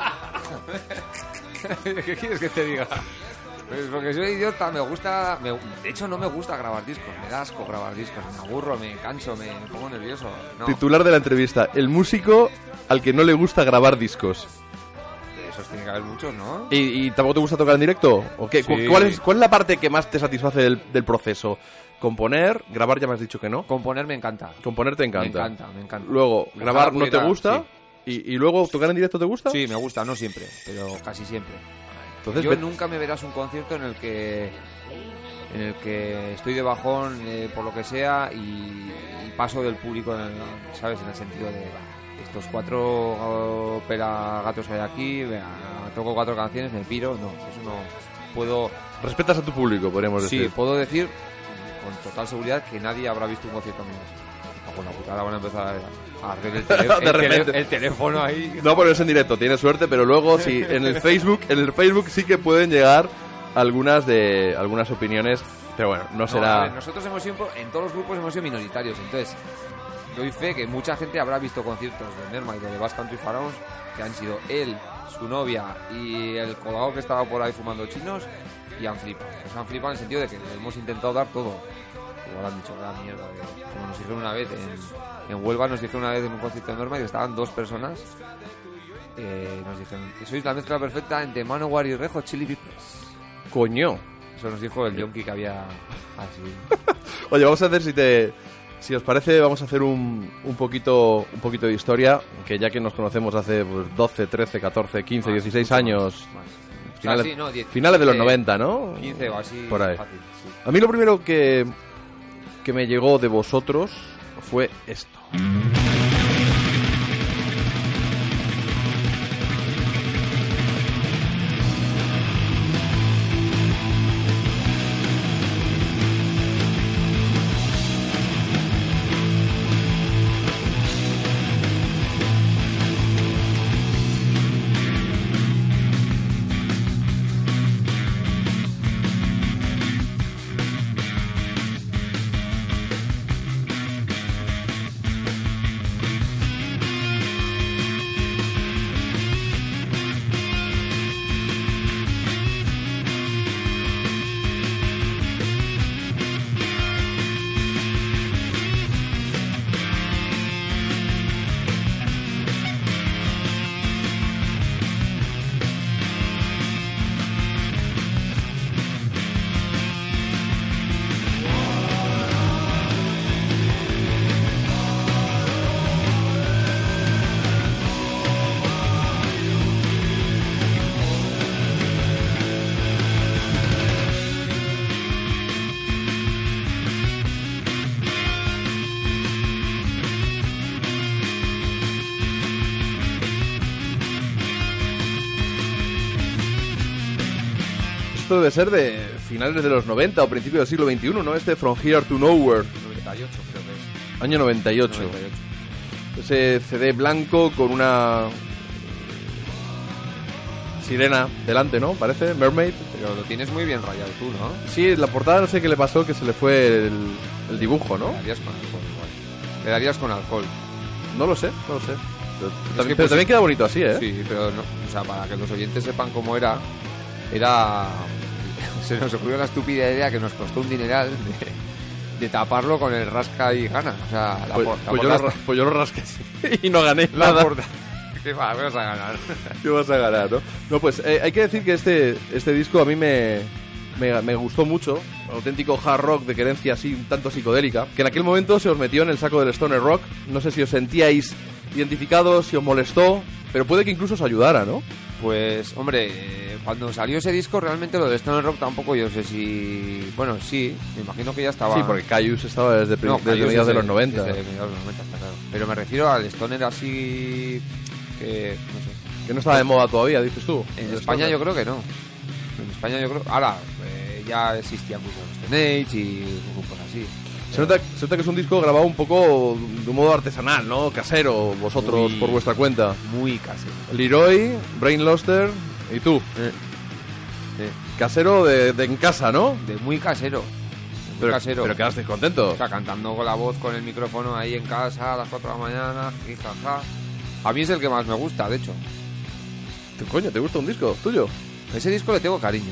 ¿Qué quieres que te diga? Pues porque soy idiota, de hecho no me gusta grabar discos, me da asco grabar discos, me aburro, me canso, me pongo nervioso. No. Titular de la entrevista, el músico al que no le gusta grabar discos. Esos tiene que haber muchos, ¿no? ¿Y tampoco te gusta tocar en directo? ¿O qué? Sí. ¿Cuál es la parte que más te satisface del proceso? ¿Componer? ¿Grabar ya me has dicho que no? Componer me encanta. ¿Componer te encanta? Me encanta. Luego, ¿grabar no te gusta? Sí. ¿Y luego tocar en directo te gusta? Sí, me gusta, no siempre, pero casi siempre. Entonces, yo nunca me verás un concierto en el que estoy de bajón por lo que sea y paso del público, ¿sabes? En el sentido de... estos 4 pelagatos que hay aquí, toco 4 canciones, me piro, no, eso no puedo... Respetas a tu público, podríamos decir. Sí, puedo decir con total seguridad que nadie habrá visto un concierto mío. Con la putada van a empezar a hacer el teléfono ahí. No, pero es en directo, tienes suerte, pero luego sí, en el Facebook sí que pueden llegar algunas opiniones, pero bueno, no será... A ver, nosotros en todos los grupos hemos sido minoritarios, entonces... doy fe que mucha gente habrá visto conciertos de Mermaid o de Basque Country Pharaohs que han sido él, su novia y el colgado que estaba por ahí fumando chinos y han flipado. Pues han flipado en el sentido de que hemos intentado dar todo. Igual han dicho que la mierda, como nos dijeron una vez en Huelva, nos dijeron una vez en un concierto de Mermaid que estaban 2 personas nos dijeron que sois la mezcla perfecta entre Manowar y Red Hot Chili Peppers. Coño. Eso nos dijo el yonki que había así. Oye, vamos a hacer, si os parece, vamos a hacer un poquito de historia, que ya que nos conocemos hace pues, 12, 13, 14, 15, 16 años, finales de los 90, ¿no? 15 o así. Por ahí. Fácil, sí. A mí lo primero que me llegó de vosotros fue esto. Esto debe ser de finales de los 90 o principios del siglo XXI, ¿no? Este From Here to Nowhere. 98 creo que es. Año 98. Ese CD blanco con una sirena delante, ¿no? Parece, Mermaid. Pero lo tienes muy bien rayado tú, ¿no? Sí, la portada no sé qué le pasó, que se le fue el dibujo, ¿no? Le darías con alcohol igual. Le darías con alcohol. No lo sé. Pero que también queda bonito así, ¿eh? Sí, pero no, o sea, para que los oyentes sepan cómo era se nos ocurrió la estúpida idea que nos costó un dineral de taparlo con el rasca y gana. O sea, pues yo lo rasqué y no gané nada. ¿Qué vas a ganar? ¿Qué vas a ganar, no? No, pues hay que decir que este disco a mí me gustó mucho. Auténtico hard rock de querencia así un tanto psicodélica, que en aquel momento se os metió en el saco del stoner rock. No sé si os sentíais identificados, si os molestó, pero puede que incluso os ayudara, ¿no? Pues, hombre, cuando salió ese disco realmente lo de Stoner Rock tampoco yo sé si... Bueno, sí, me imagino que ya estaba... Sí, porque Caius estaba desde mediados de los 90. Desde mediados de los 90, está claro. Pero me refiero al Stoner así que... no sé. Que no estaba de moda todavía, dices tú. En España yo creo que no. En España yo creo... Ahora, ya existían muchos Stone Age y grupos así. Se nota que es un disco grabado un poco de un modo artesanal, ¿no? Casero, vosotros por vuestra cuenta. Muy casero. Leroy, Brain Luster y tú. Casero de en casa, ¿no? De muy casero. Pero quedasteis contentos. O sea, cantando con la voz, con el micrófono ahí en casa a las 4 de la mañana, jaja. A mí es el que más me gusta, de hecho. Coño, ¿te gusta un disco tuyo? Ese disco le tengo cariño.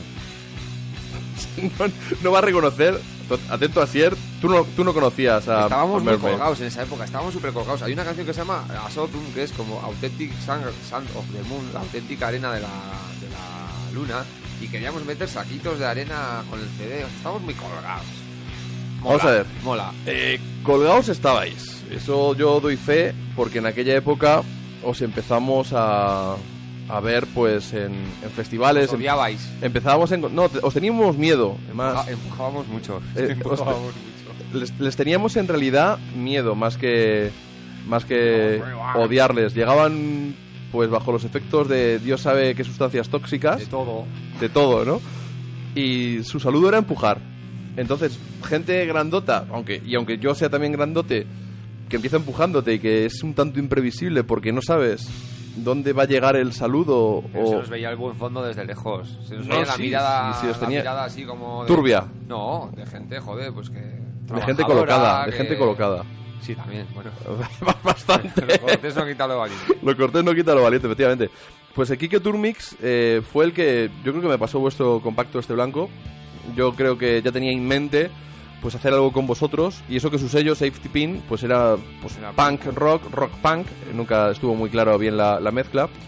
No va a reconocer. Atento a Sier, tú no conocías a... Estábamos muy colgados en esa época, estábamos súper colgados. Hay una canción que se llama Asotum, que es como Authentic Sand of the Moon, la auténtica arena de la luna, y queríamos meter saquitos de arena con el CD. Estábamos muy colgados. Mola, vamos a ver. Mola. Colgados estabais. Eso yo doy fe, porque en aquella época os empezamos a ver pues en festivales. Os odiabais. Empezábamos os teníamos miedo. Además, empujábamos mucho. Les teníamos en realidad miedo más que odiarles. Llegaban pues bajo los efectos de Dios sabe qué sustancias tóxicas. De todo, ¿no? Y su saludo era empujar. Entonces, gente grandota, aunque yo sea también grandote, que empieza empujándote y que es un tanto imprevisible porque no sabes dónde va a llegar el saludo. Pero se nos veía el buen fondo desde lejos. Se nos veía la mirada así como... turbia. No, de gente, joder, pues que... De gente colocada, gente colocada. Sí, también, bueno. Bastante. Lo cortés no quita lo valiente. Lo cortés no quita lo valiente, efectivamente. Pues el Kike Turmix fue el que yo creo que me pasó vuestro compacto este blanco. Yo creo que ya tenía en mente pues hacer algo con vosotros, y eso que su sello Safety Pin pues era punk rock punk, nunca estuvo muy claro bien la mezcla,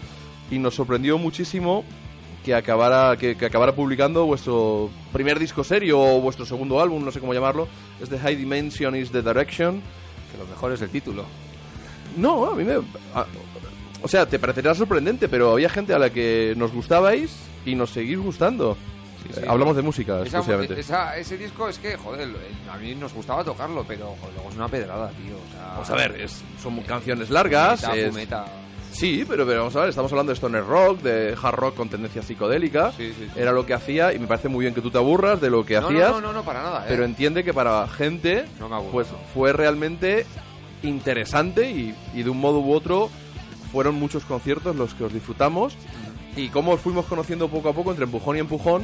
y nos sorprendió muchísimo que acabara publicando vuestro primer disco serio o vuestro segundo álbum, no sé cómo llamarlo. Es The High Dimension is the Direction. Que lo mejor es el título. No, o sea, te parecerá sorprendente, pero había gente a la que nos gustabais y nos seguís gustando. Sí. Hablamos de música exclusivamente. Ese disco es que, joder, a mí nos gustaba tocarlo, pero joder, luego es una pedrada, tío. O sea, Vamos a ver, son canciones largas. Fumeta. Sí, pero vamos a ver, estamos hablando de stoner rock, de hard rock con tendencia psicodélica. Sí. Era lo que hacía y me parece muy bien que tú te aburras de lo que hacías. No, para nada. Pero entiende que para gente No me aburro, pues no. fue realmente interesante y de un modo u otro fueron muchos conciertos los que os disfrutamos y cómo os fuimos conociendo poco a poco entre empujón y empujón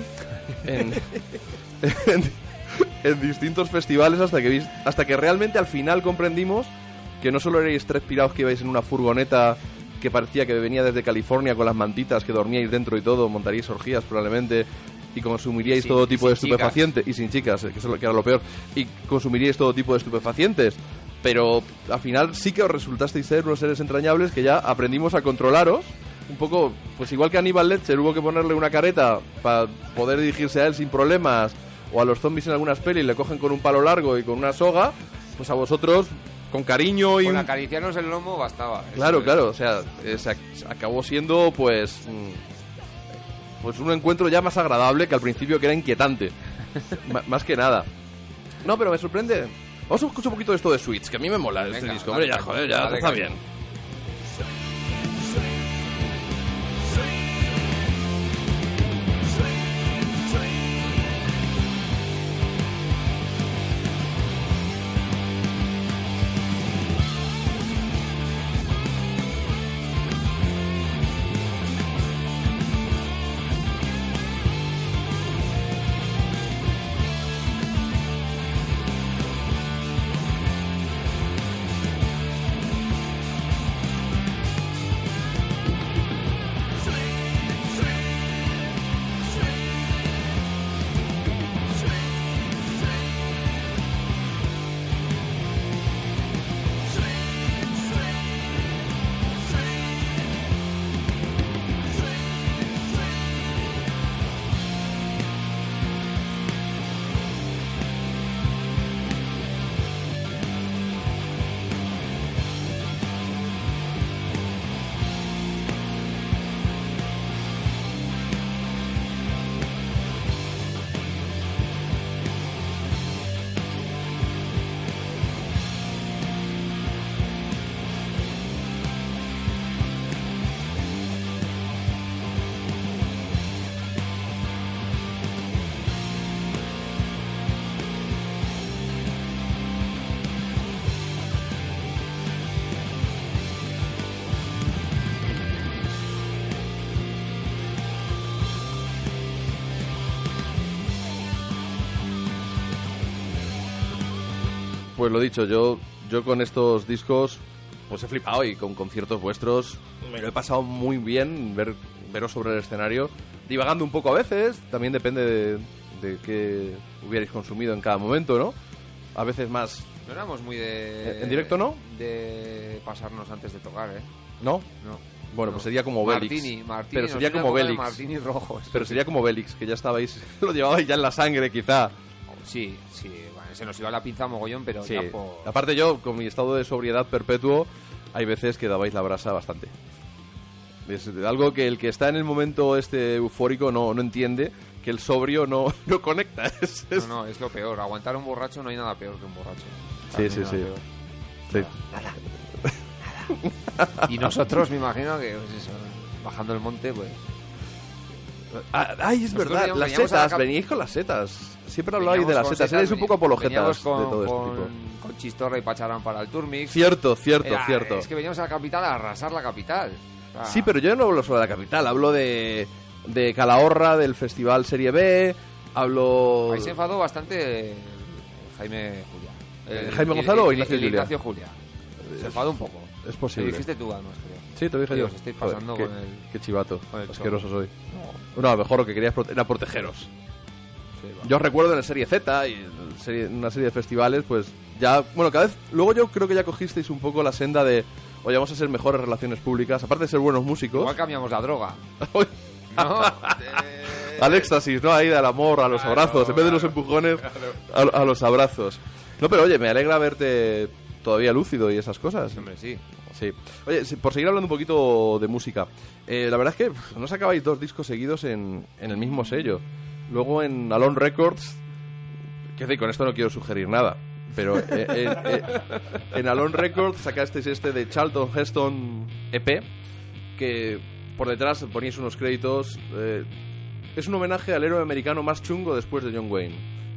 en distintos festivales hasta que realmente al final comprendimos que no solo erais 3 pirados que ibais en una furgoneta que parecía que venía desde California con las mantitas, que dormíais dentro y todo, montaríais orgías probablemente y consumiríais todo tipo de estupefacientes y sin chicas, que era lo peor, y consumiríais todo tipo de estupefacientes, pero al final sí que os resultasteis ser unos seres entrañables que ya aprendimos a controlaros un poco, pues igual que a Aníbal Lecter hubo que ponerle una careta para poder dirigirse a él sin problemas, o a los zombies en algunas pelis le cogen con un palo largo y con una soga, pues a vosotros con cariño y con acariciarnos el lomo bastaba. Claro, o sea, se acabó siendo pues un encuentro ya más agradable que al principio, que era inquietante. Más que nada. No, pero me sorprende. Vamos a escuchar un poquito de esto de Switch, que a mí me mola este disco. Hombre, ya, joder, ya está bien. Pues lo dicho, yo con estos discos pues he flipado, y con conciertos vuestros me lo he pasado muy bien, veros sobre el escenario, divagando un poco a veces, también depende de qué hubierais consumido en cada momento, ¿no? A veces más... No éramos muy de... ¿En directo no? De pasarnos antes de tocar, ¿eh? ¿No? No. Bueno, No. pues sería como Martini, Bélix. Pero sería nos como viene Bélix. Martini rojo. Pero sería como Bélix, que ya estabais... lo llevabais ya en la sangre, quizá. Sí, bueno, se nos iba la pinza mogollón, pero Sí. ya por... Aparte yo, con mi estado de sobriedad perpetuo, hay veces que dabais la brasa bastante. Es algo que el que está en el momento eufórico no entiende, que el sobrio no conecta. No, es lo peor. Aguantar a un borracho no hay nada peor que un borracho. Sí, No hay sí, nada sí. peor. Sí. Y nosotros, me imagino que, pues eso, bajando el monte, pues... Ay, es Nosotros verdad, las veníamos a la setas, veníais con las setas. Siempre hablabais de las con setas, erais un poco apologetas de veníamos todo este tipo. con Chistorra y Pacharán para el Turmix. Cierto. Es que veníamos a la capital a arrasar la capital. O sea, Sí, pero yo no hablo solo de la capital, hablo de Calahorra, del Festival Serie B, hablo... Ahí se enfadó bastante Jaime Julia. ¿Jaime Gonzalo o Ignacio Julia? Ignacio Julia. Se enfadó un poco. Es Lo posible. dijiste tú, además, creo. Sí, te lo dije Tío, yo. os estáis Joder, pasando qué, con el... qué chivato, con el asqueroso chorro. soy. No, a lo mejor lo que querías era protegeros. Sí, va. Yo os recuerdo en la Serie Z y en una serie de festivales, pues ya... Bueno, cada vez... Luego yo creo que ya cogisteis un poco la senda de... oye, vamos a ser mejores relaciones públicas, aparte de ser buenos músicos. Igual cambiamos la droga. ¿No? Al éxtasis, ¿no? Ahí del amor, a los abrazos, en vez de los empujones, a los abrazos. No, pero oye, me alegra verte todavía lúcido y esas cosas. Hombre, sí. Sí. Oye, por seguir hablando un poquito de música, la verdad es que no sacabais 2 discos seguidos en el mismo sello. Luego en Alone Records, que con esto no quiero sugerir nada, pero en Alone Records sacasteis este de Charlton Heston EP, que por detrás poníais unos créditos. Es un homenaje al héroe americano más chungo después de John Wayne.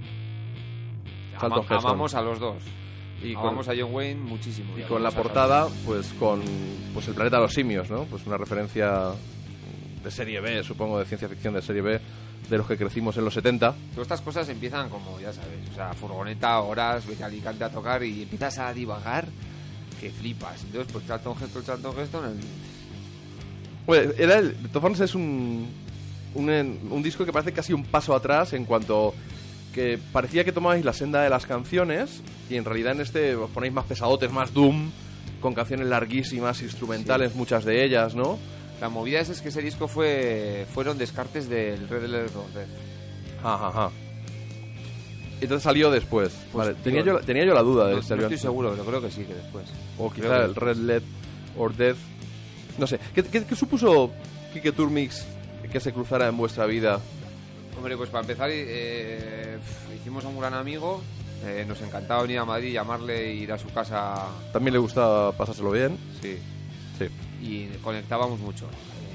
Charlton Heston. Amamos a los dos. Y amamos a John Wayne muchísimo. Y con la portada, pues con el planeta de los simios, ¿no? Pues una referencia de serie B, supongo, de ciencia ficción de serie B, de los que crecimos en los 70. Todas estas cosas empiezan como, ya sabes, o sea, furgoneta, horas, vete a Alicante a tocar y empiezas a divagar que flipas. Entonces, pues Charlton Heston... Bueno, de todas formas es un disco que parece casi un paso atrás en cuanto que parecía que tomabais la senda de las canciones y en realidad en este os ponéis más pesadotes, más doom, con canciones larguísimas, instrumentales, sí. Muchas de ellas, ¿no? La movida es que ese disco fueron descartes del Red Alert Death. Ajá. Entonces salió después. Pues, vale, tenía yo la duda de no estoy seguro, pero creo que sí, que después. O quizá el Red Alert or Death. No sé. ¿Qué supuso Quique Turmix que se cruzara en vuestra vida? Hombre, pues para empezar hicimos a un gran amigo. Nos encantaba venir a Madrid, llamarle e ir a su casa. ¿También le gustaba pasárselo bien? Sí. Y conectábamos mucho.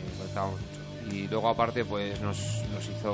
Y luego aparte pues nos hizo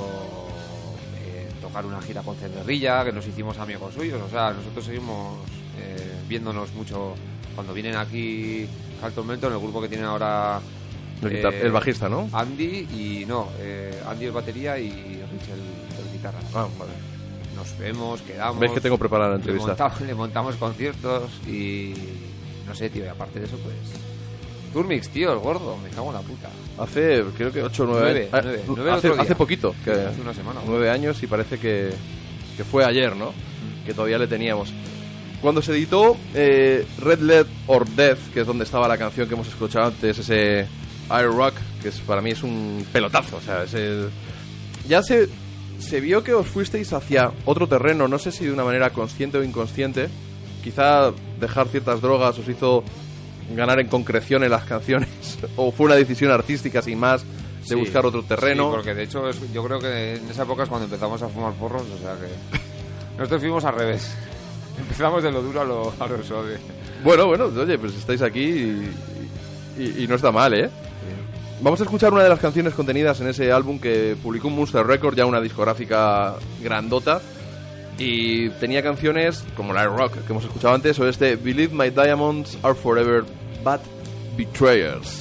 tocar una gira con Cenderrilla, que nos hicimos amigos suyos. O sea, nosotros seguimos viéndonos mucho cuando vienen aquí Carlton Melton, el grupo que tienen ahora el bajista, ¿no? Andy el batería y Rich el guitarra. Ah, vale. Nos vemos, quedamos. ¿Ves que tengo preparada la entrevista? Le montamos conciertos y no sé, tío, y aparte de eso pues Turmix, tío, el gordo, me cago en la puta. Hace, creo que 8 o 9 años. Hace poquito. Hace una semana. 9 años y parece que fue ayer, ¿no? Que todavía le teníamos. Cuando se editó Red Alert or Death, que es donde estaba la canción que hemos escuchado antes, ese Iron Rock, que para mí es un pelotazo. O sea, ya se vio que os fuisteis hacia otro terreno, no sé si de una manera consciente o inconsciente. Quizá dejar ciertas drogas os hizo ganar en concreción en las canciones, o fue una decisión artística sin más de buscar otro terreno. Sí, porque de hecho yo creo que en esa época es cuando empezamos a fumar porros, o sea que nosotros fuimos al revés. Empezamos de lo duro a lo suave. Bueno, oye, pues estáis aquí y no está mal, ¿eh? Vamos a escuchar una de las canciones contenidas en ese álbum que publicó Monster Records, ya una discográfica grandota, y tenía canciones como la Rock que hemos escuchado antes, o este Believe My Diamonds Are Forever But Betrayers.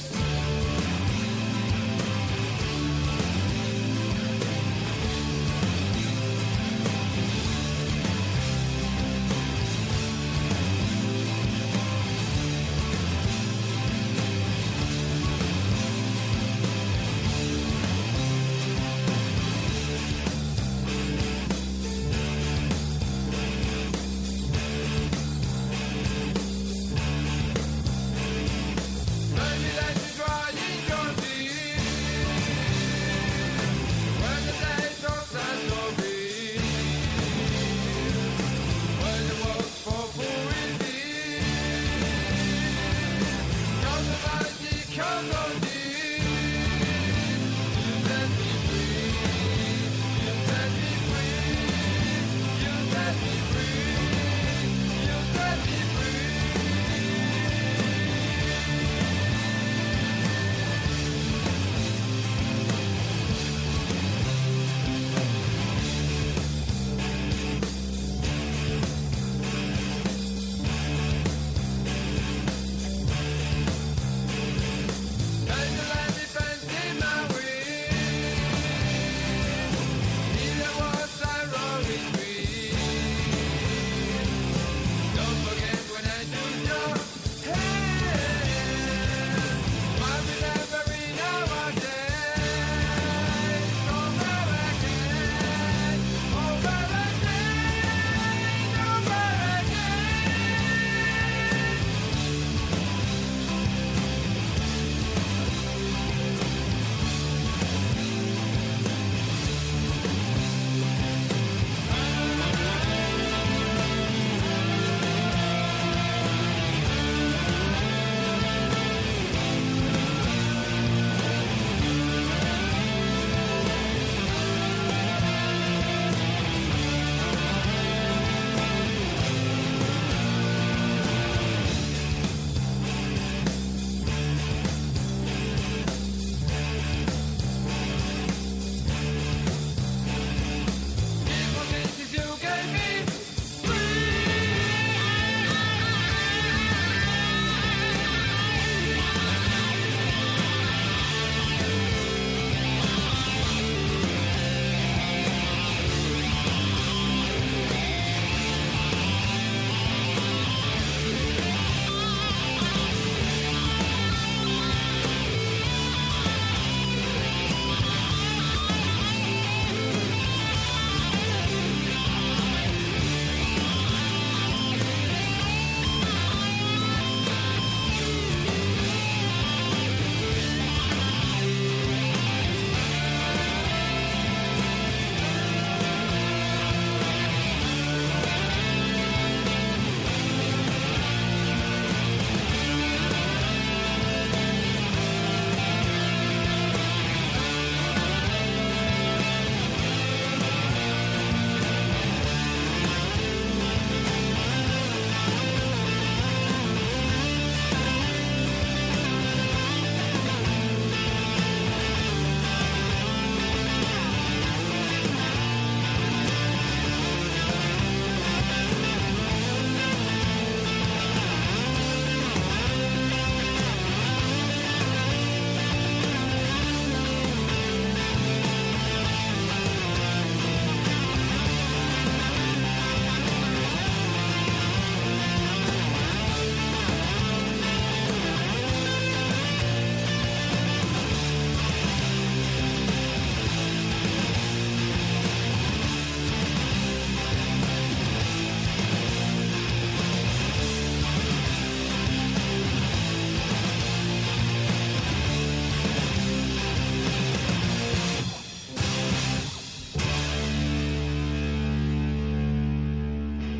Maybe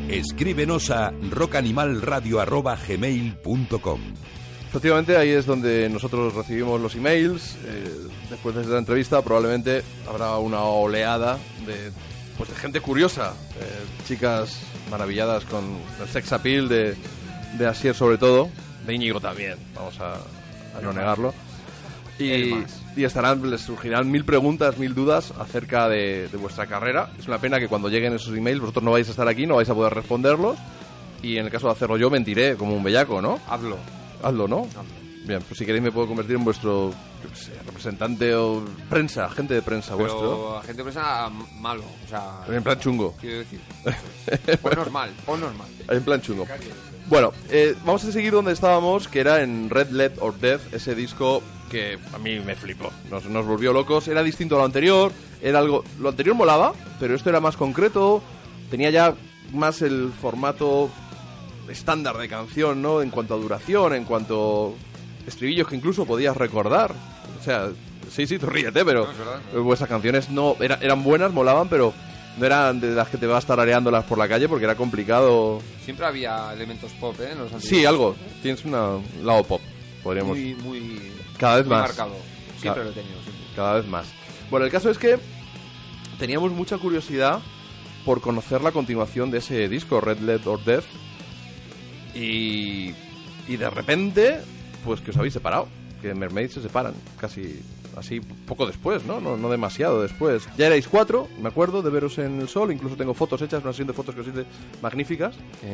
Escríbenos a rockanimalradio@gmail.com. Efectivamente, ahí es donde nosotros recibimos los emails. Después de esta entrevista probablemente habrá una oleada de gente curiosa, chicas maravilladas con el sex appeal de Asier sobre todo, de Íñigo también, vamos a no negarlo. Y les surgirán 1000 preguntas, 1000 dudas acerca de vuestra carrera. Es una pena que cuando lleguen esos emails vosotros no vais a estar aquí, no vais a poder responderlos. Y en el caso de hacerlo yo mentiré como un bellaco, ¿no? Hazlo, ¿no? Hazlo. Bien, pues si queréis me puedo convertir en vuestro representante o prensa, agente de prensa vuestro. Pero agente de prensa malo, o sea... En plan chungo. Quiero decir, ponnos mal. En plan chungo. Bueno, vamos a seguir donde estábamos, que era en Red Let or Death, ese disco que a mí me flipó, nos volvió locos. Era distinto a lo anterior, era algo... Lo anterior molaba, pero esto era más concreto, tenía ya más el formato estándar de canción, ¿no? En cuanto a duración, en cuanto... estribillos que incluso podías recordar. O sea, sí, tú ríete, pero no, es verdad. Vuestras canciones no eran buenas, molaban, pero no eran de las que te vas tarareándolas por la calle porque era complicado. Siempre había elementos pop, ¿eh? En los antiguos. Sí, algo. Tienes un lado pop, podríamos. Muy cada vez muy más marcado. Siempre lo he tenido, siempre. Cada vez más. Bueno, el caso es que teníamos mucha curiosidad por conocer la continuación de ese disco, Red Let or Death. Y de repente, pues que os habéis separado, que Mermaid se separan casi así poco después, ¿no? No demasiado después. Ya erais 4, me acuerdo, de veros en el Sol, incluso tengo fotos hechas, una serie de fotos que os hice magníficas.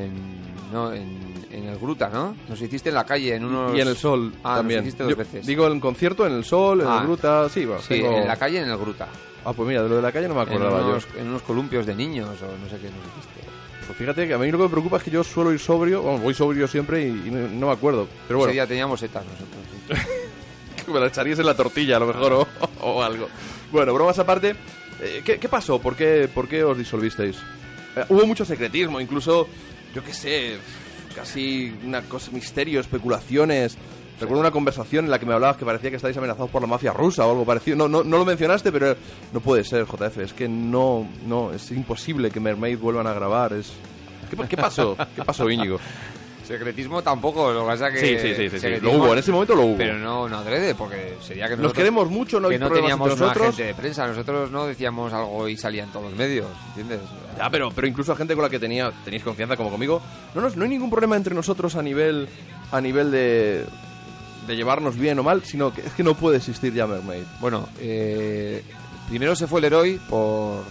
En el Gruta, ¿no? Nos hiciste en la calle, en unos... Y en el Sol también. Nos hiciste 2 veces. Digo, en concierto, en el Sol, en el Gruta, sí, bueno, sí, en la calle y en el Gruta. Ah, pues mira, de lo de la calle no me acordaba en unos columpios de niños o no sé qué nos hiciste. Pues fíjate que a mí lo que me preocupa es que yo suelo ir sobrio, bueno, voy sobrio siempre y no me acuerdo. Pero bueno. Ese día teníamos setas nosotros. Sí. Que me la echarías en la tortilla a lo mejor o algo. Bueno, bromas aparte, ¿qué pasó? ¿Por qué os disolvisteis? Hubo mucho secretismo, incluso, yo qué sé, casi una cosa, misterio, especulaciones. Recuerdo una conversación en la que me hablabas que parecía que estáis amenazados por la mafia rusa o algo parecido. No lo mencionaste, pero no puede ser, JF. Es que no, es imposible que Mermaid vuelvan a grabar. ¿Qué pasó? ¿Qué pasó, Íñigo? Secretismo tampoco, lo que pasa que... Sí. Lo hubo, en ese momento lo hubo. Pero no adrede, porque sería que nos queremos mucho, no hay que no problemas teníamos entre nosotros. Una agente de prensa, nosotros no decíamos algo y salían todos los medios, ¿entiendes? Ya, pero incluso a gente con la que tenéis confianza como conmigo, no hay ningún problema entre nosotros a nivel de llevarnos bien o mal, sino que es que no puede existir ya Mermaid. Bueno, primero se fue el Heroi por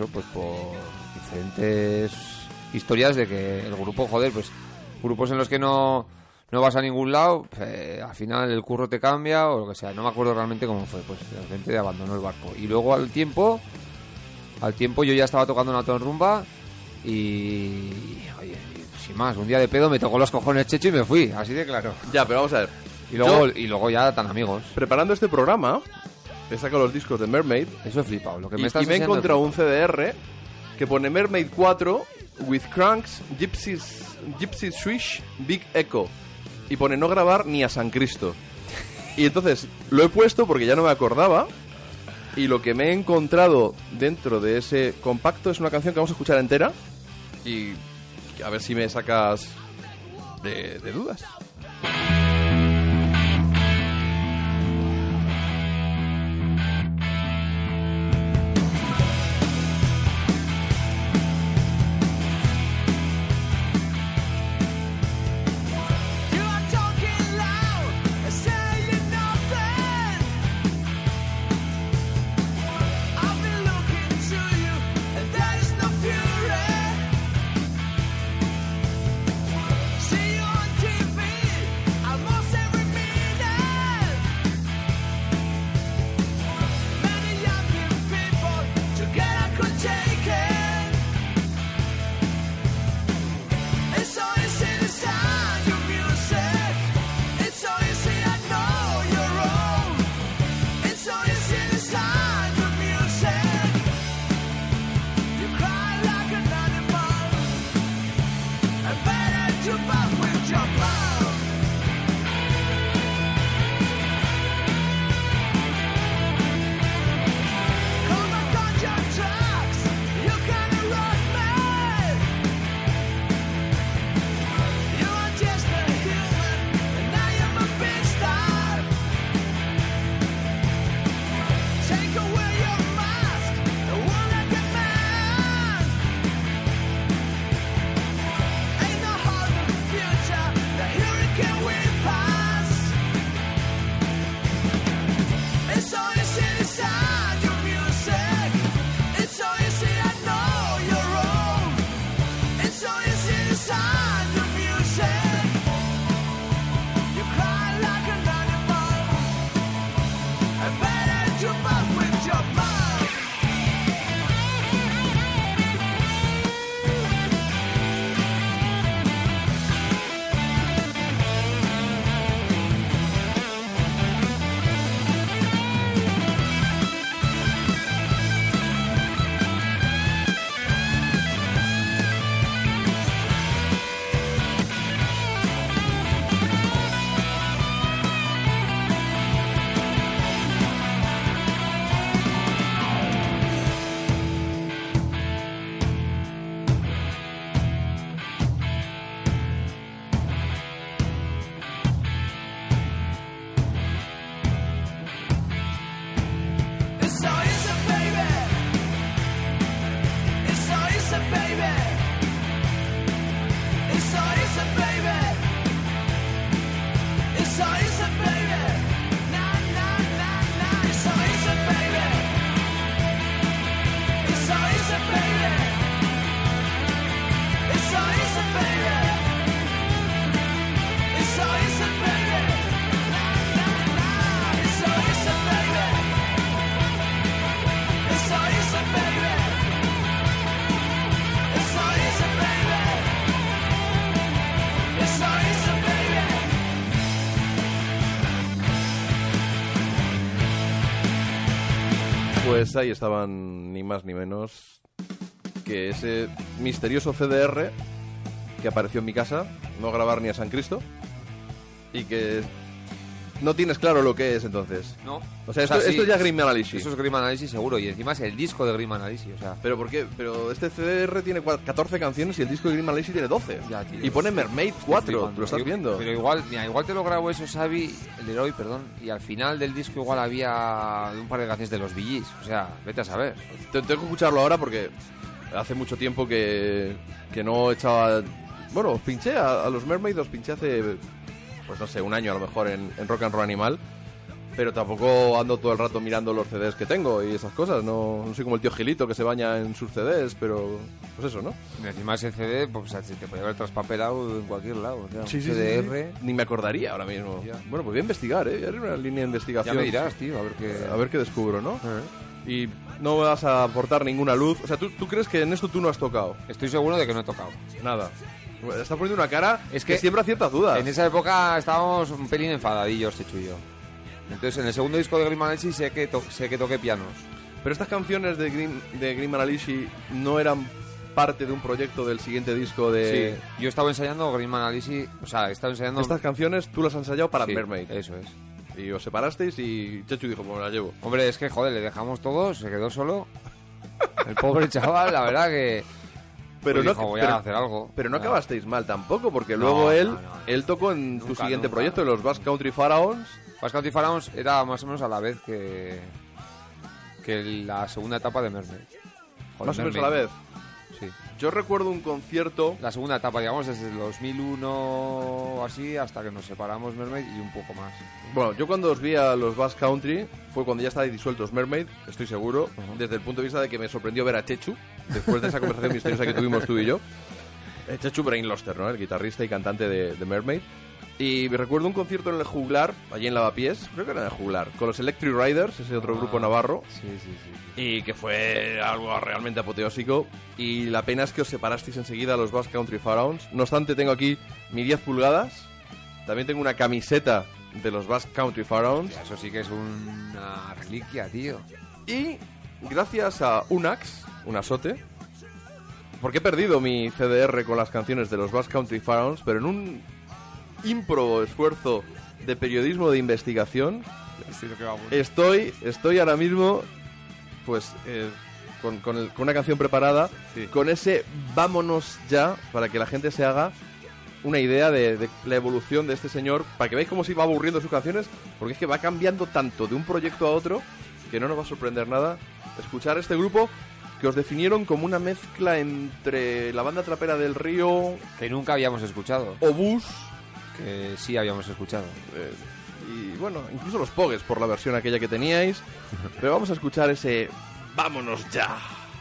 diferentes historias de que el grupo, pues grupos en los que no vas a ningún lado, al final el curro te cambia o lo que sea. No me acuerdo realmente cómo fue, pues de repente abandonó el barco. Y luego al tiempo yo ya estaba tocando una tonrumba y oye, sin más, un día de pedo me tocó los cojones Checho y me fui, así de claro. Ya, pero vamos a ver. Y luego ya tan amigos. Preparando este programa, he sacado los discos de Mermaid. Eso he flipado. Lo que me he encontrado un CDR que pone Mermaid 4 with Cranks, Gypsy Swish, Big Echo. Y pone no grabar ni a San Cristo. Y entonces lo he puesto porque ya no me acordaba. Y lo que me he encontrado dentro de ese compacto es una canción que vamos a escuchar entera. Y a ver si me sacas de dudas. See you on TV. empresa y estaban ni más ni menos que ese misterioso CDR que apareció en mi casa, no grabar ni a San Cristo, y que no tienes claro lo que es entonces. No. O sea, sí, esto ya es Grim Analysis. Eso es Grim Analysis seguro, y encima es el disco de Grim Analysis, o sea... ¿Pero por qué? Pero este CDR tiene 14 canciones y el disco de Grim Analysis tiene 12. Ya, tío, y pone Mermaid 4, flipando. lo estás viendo. Pero igual, mira, igual te lo grabó eso Xavi, el Leroy, perdón, y al final del disco igual había un par de canciones de los Bee Gees, o sea, vete a saber. Tengo que escucharlo ahora porque hace mucho tiempo que no echaba... Bueno, os pinché a los Mermaid, los pinché hace, pues no sé, un año a lo mejor en Rock and Roll Animal. Pero tampoco ando todo el rato mirando los CDs que tengo y esas cosas. No soy como el tío Gilito que se baña en sus CDs, pero pues eso, ¿no? Y encima ese CD, pues se te podía haber traspapelado en cualquier lado. O sea, Sí, un sí, CDR. sí. Ni me acordaría ahora mismo. Ya. Bueno, pues voy a investigar, ¿eh? Voy a abrir una línea de Ya investigación. me dirás, tío, A ver qué descubro, ¿no? Y no vas a aportar ninguna luz. O sea, ¿tú crees que en esto tú no has tocado? Estoy seguro de que no he tocado. Nada. Estás poniendo una cara Es que que siembra ciertas dudas. En esa época estábamos un pelín enfadadillos, Chechu y yo. Entonces, en el segundo disco de Grim Analysis sé que toqué pianos. Pero estas canciones de Grim Analysis no eran parte de un proyecto del siguiente disco de... Sí, yo estaba ensayando Grim Analysis, o sea, estaba ensayando... Estas canciones tú las has ensayado para Sí, Mermaid. Eso es. Y os separasteis y Chechu dijo, pues me la llevo. Hombre, es que, joder, le dejamos todo, se quedó solo. El pobre chaval, la verdad que... Pero pues no, dijo, voy pero, a hacer algo. pero no Nada. acabasteis mal tampoco, porque No, luego él no. él tocó en tu Nunca, siguiente nunca. proyecto, de los Basque Country Pharaohs. Basque Country Pharaohs era más o menos a la vez que la segunda etapa de Mermaid. Joder, Más o menos a Mermaid. la vez. Sí. Yo recuerdo un concierto... La segunda etapa, digamos, desde el 2001 o así hasta que nos separamos Mermaid y un poco más. Bueno, yo cuando os vi a los Basque Country fue cuando ya estáis disueltos Mermaid, estoy seguro, desde el punto de vista de que me sorprendió ver a Chechu, después de esa conversación misteriosa que tuvimos tú y yo. Chechu Brainloster, ¿no? El guitarrista y cantante de Mermaid. Y recuerdo un concierto en el Juglar, allí en Lavapiés, creo que era en el Juglar, con los Electric Riders, ese otro grupo navarro. Sí. Y que fue algo realmente apoteósico. Y la pena es que os separasteis enseguida a los Basque Country Pharaohs. No obstante, tengo aquí mi 10 pulgadas. También tengo una camiseta de los Basque Country Pharaohs. Hostia, eso sí que es una reliquia, tío. Y gracias a Unax, un azote, porque he perdido mi CDR con las canciones de los Basque Country Pharaohs, pero en un ímprobo esfuerzo de periodismo de investigación, estoy ahora mismo pues con una canción preparada, con ese vámonos ya, para que la gente se haga una idea de la evolución de este señor, para que veáis cómo se va aburriendo sus canciones, porque es que va cambiando tanto de un proyecto a otro que no nos va a sorprender nada escuchar este grupo que os definieron como una mezcla entre la banda trapera del Río, Que nunca habíamos escuchado. Obús Que sí habíamos escuchado. y bueno, incluso los Pogues por la versión aquella que teníais. Pero vamos a escuchar ese vámonos ya.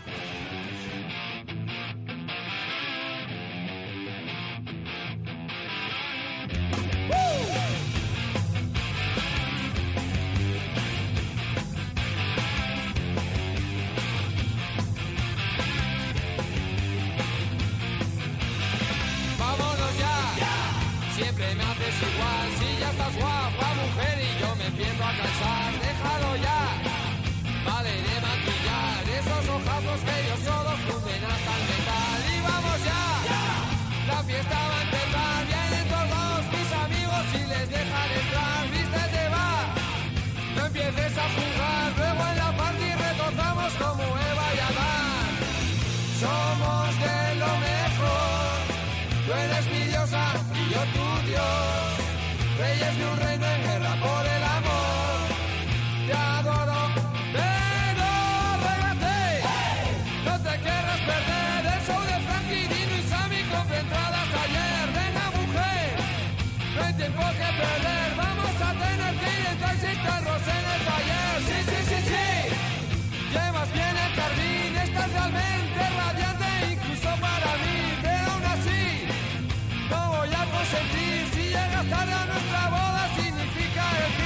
Vámonos ya, siempre me haces igual. Si ya estás guapa, mujer, y yo me empiezo a cansar. Déjalo ya, vale de maquillar esos ojazos que ellos todos funden hasta el metal. Y vamos ya, la fiesta va a empezar. Vienen todos mis amigos y les dejan entrar. Vístete, va, no empieces a jugar. Luego en la party retozamos como Eva y Adán. Somos de lo mejor. Tú eres mi diosa y yo tu dios. Reyes de un reino en guerra por el amor. Te adoro, pero regate. No te querrás perder el show de Frankie, Dino y Sammy. Compré entradas ayer. Venga, mujer, no hay tiempo que perder. Vamos a tener que ir en taxi y carros en el taller. Sí, sí, sí, sí. Llevas bien el carmín, estás realmente radiante, incluso para mí. Pero aún así no voy a consentir. Si llegas tarde a nuestra boda significa el fin.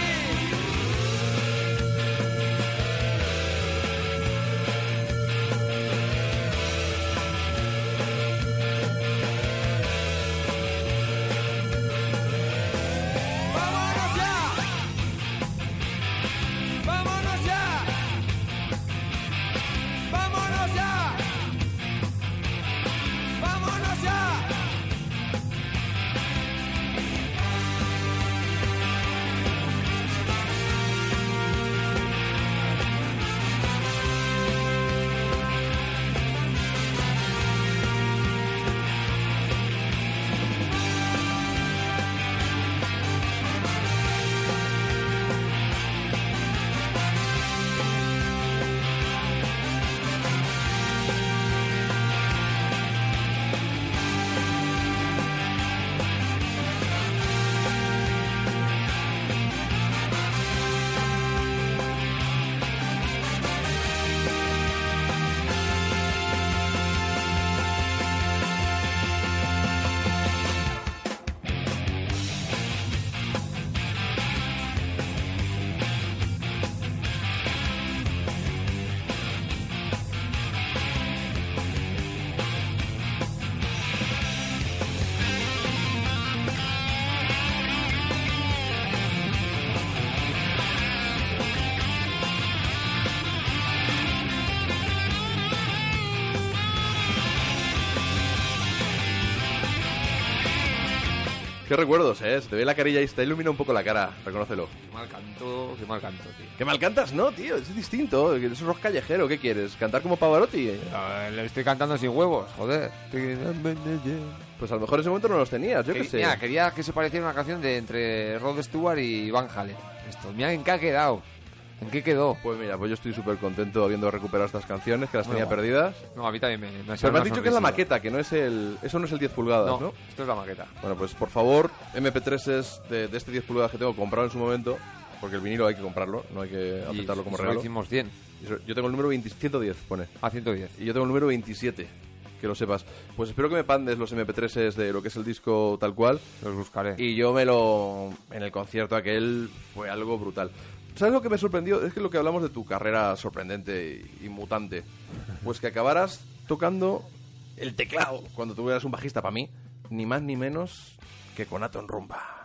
Qué recuerdos, ¿eh? Se te ve la carilla y te ilumina un poco la cara, reconócelo. Qué mal canto, tío. ¿Qué mal cantas? No, tío, es distinto. Es rock callejero, ¿qué quieres? ¿Cantar como Pavarotti? Le estoy cantando sin huevos, joder. Pues a lo mejor en ese momento no los tenías, yo qué sé. Mira, quería que se pareciera una canción de entre Rod Stewart y Van Halen. Esto, mira en qué ha quedado. ¿En qué quedó? Pues mira, pues yo estoy súper contento habiendo recuperado estas canciones que las tenía Bueno. perdidas. No, a mí también me ha Pero me una has dicho que es la sorpresilla. maqueta, que no es el... Eso no es el 10 pulgadas, ¿no? Esto es la maqueta. Bueno, pues por favor, MP3s de este 10 pulgadas que tengo comprado en su momento, porque el vinilo hay que comprarlo, no hay que aceptarlo como y solo regalo. hicimos 100 Yo tengo el número 110, pone. a 110. Y yo tengo el número 27, que lo sepas. Pues espero que me pandes los MP3s de lo que es el disco tal cual. Los buscaré. Y yo en el concierto aquel fue algo brutal. ¿Sabes lo que me sorprendió? Es que lo que hablamos de tu carrera sorprendente y mutante. Pues que acabaras tocando el teclado cuando tú eras un bajista para mí. Ni más ni menos que con Atom Rumba.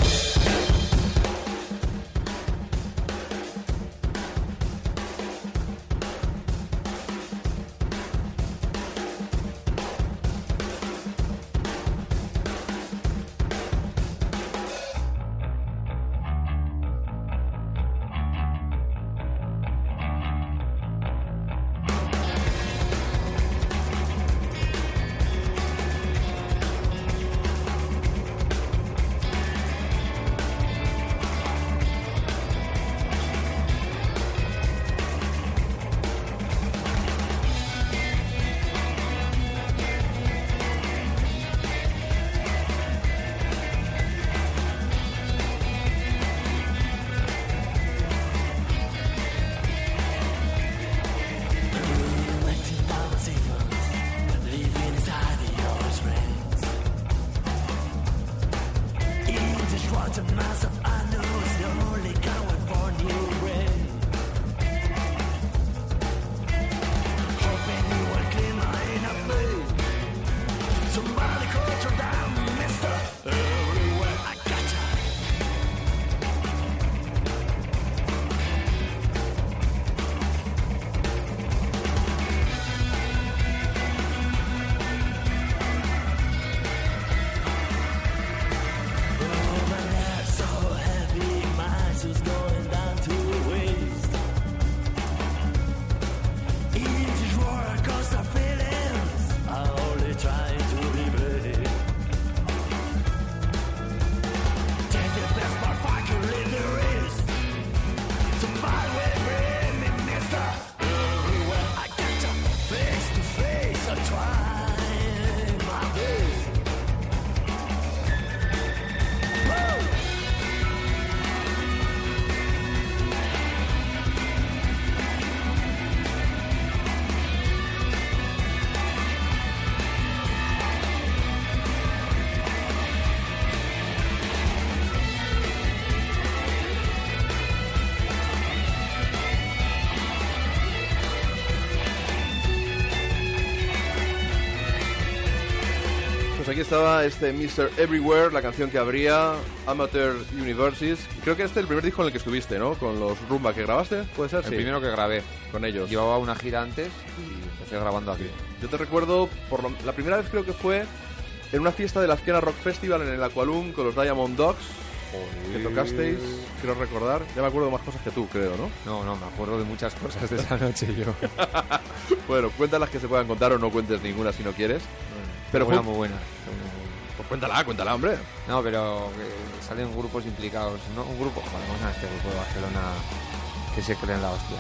Pues aquí estaba este Mr. Everywhere, la canción que abría Amateur Universes. Creo que este es el primer disco en el que estuviste, ¿no? Con los Rumba que grabaste, ¿puede ser? El Sí, primero que grabé. con ellos. Llevaba una gira antes y empecé grabando aquí. Yo te recuerdo, la primera vez creo que fue en una fiesta de la Azquena Rock Festival en el Aqualum con los Diamond Dogs, que tocasteis, quiero recordar. Ya me acuerdo de más cosas que tú, creo, ¿no? No, me acuerdo de muchas cosas de esa noche yo. Bueno, cuenta las que se puedan contar o no cuentes ninguna si no quieres. Pero Pero fue- muy buena. Pues cuéntala, hombre. No, pero que salen grupos implicados, ¿no? Un grupo, joder, ¿cómo se llama este grupo de Barcelona que se creen la hostia?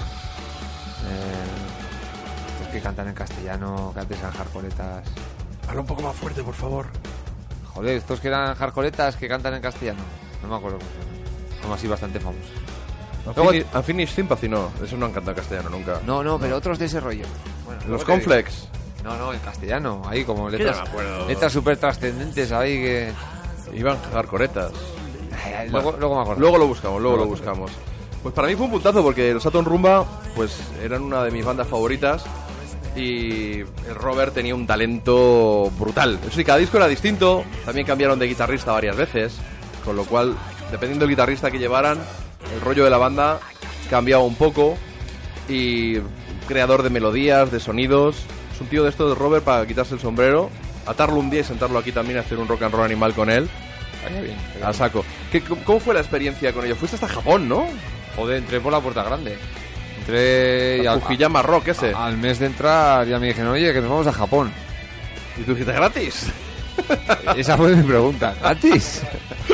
Estos que cantan en castellano, que antes eran hardcoretas. Habla un poco más fuerte, por favor. Joder, estos que eran hardcoretas que cantan en castellano. No me acuerdo cómo se llaman. Como así bastante famosos. Unfinished Sympathy no, eso no han cantado en castellano nunca. No, pero otros de ese rollo. Bueno, Los luego te Conflex. digo. No, en castellano, ahí como ya letras, me acuerdo. letras súper trascendentes ahí que... Iban hardcoretas. Luego me acuerdo. Luego lo buscamos. Pues para mí fue un puntazo porque los Atom Rumba pues eran una de mis bandas favoritas y el Robert tenía un talento brutal. Eso sí, cada disco era distinto, también cambiaron de guitarrista varias veces, con lo cual, dependiendo del guitarrista que llevaran, el rollo de la banda cambiaba un poco y creador de melodías, de sonidos. Es un tío de esto de Robert para quitarse el sombrero, atarlo un día y sentarlo aquí también a hacer un rock and roll animal con él. caía bien. A saco. ¿Cómo fue la experiencia con ellos? Fuiste hasta Japón, ¿no? Joder, entré por la puerta grande. Entré... Fujiyama Rock ese. Al mes de entrar ya me dijeron, oye, que nos vamos a Japón. ¿Y tú dijiste gratis? Esa fue mi pregunta. ¿Gratis?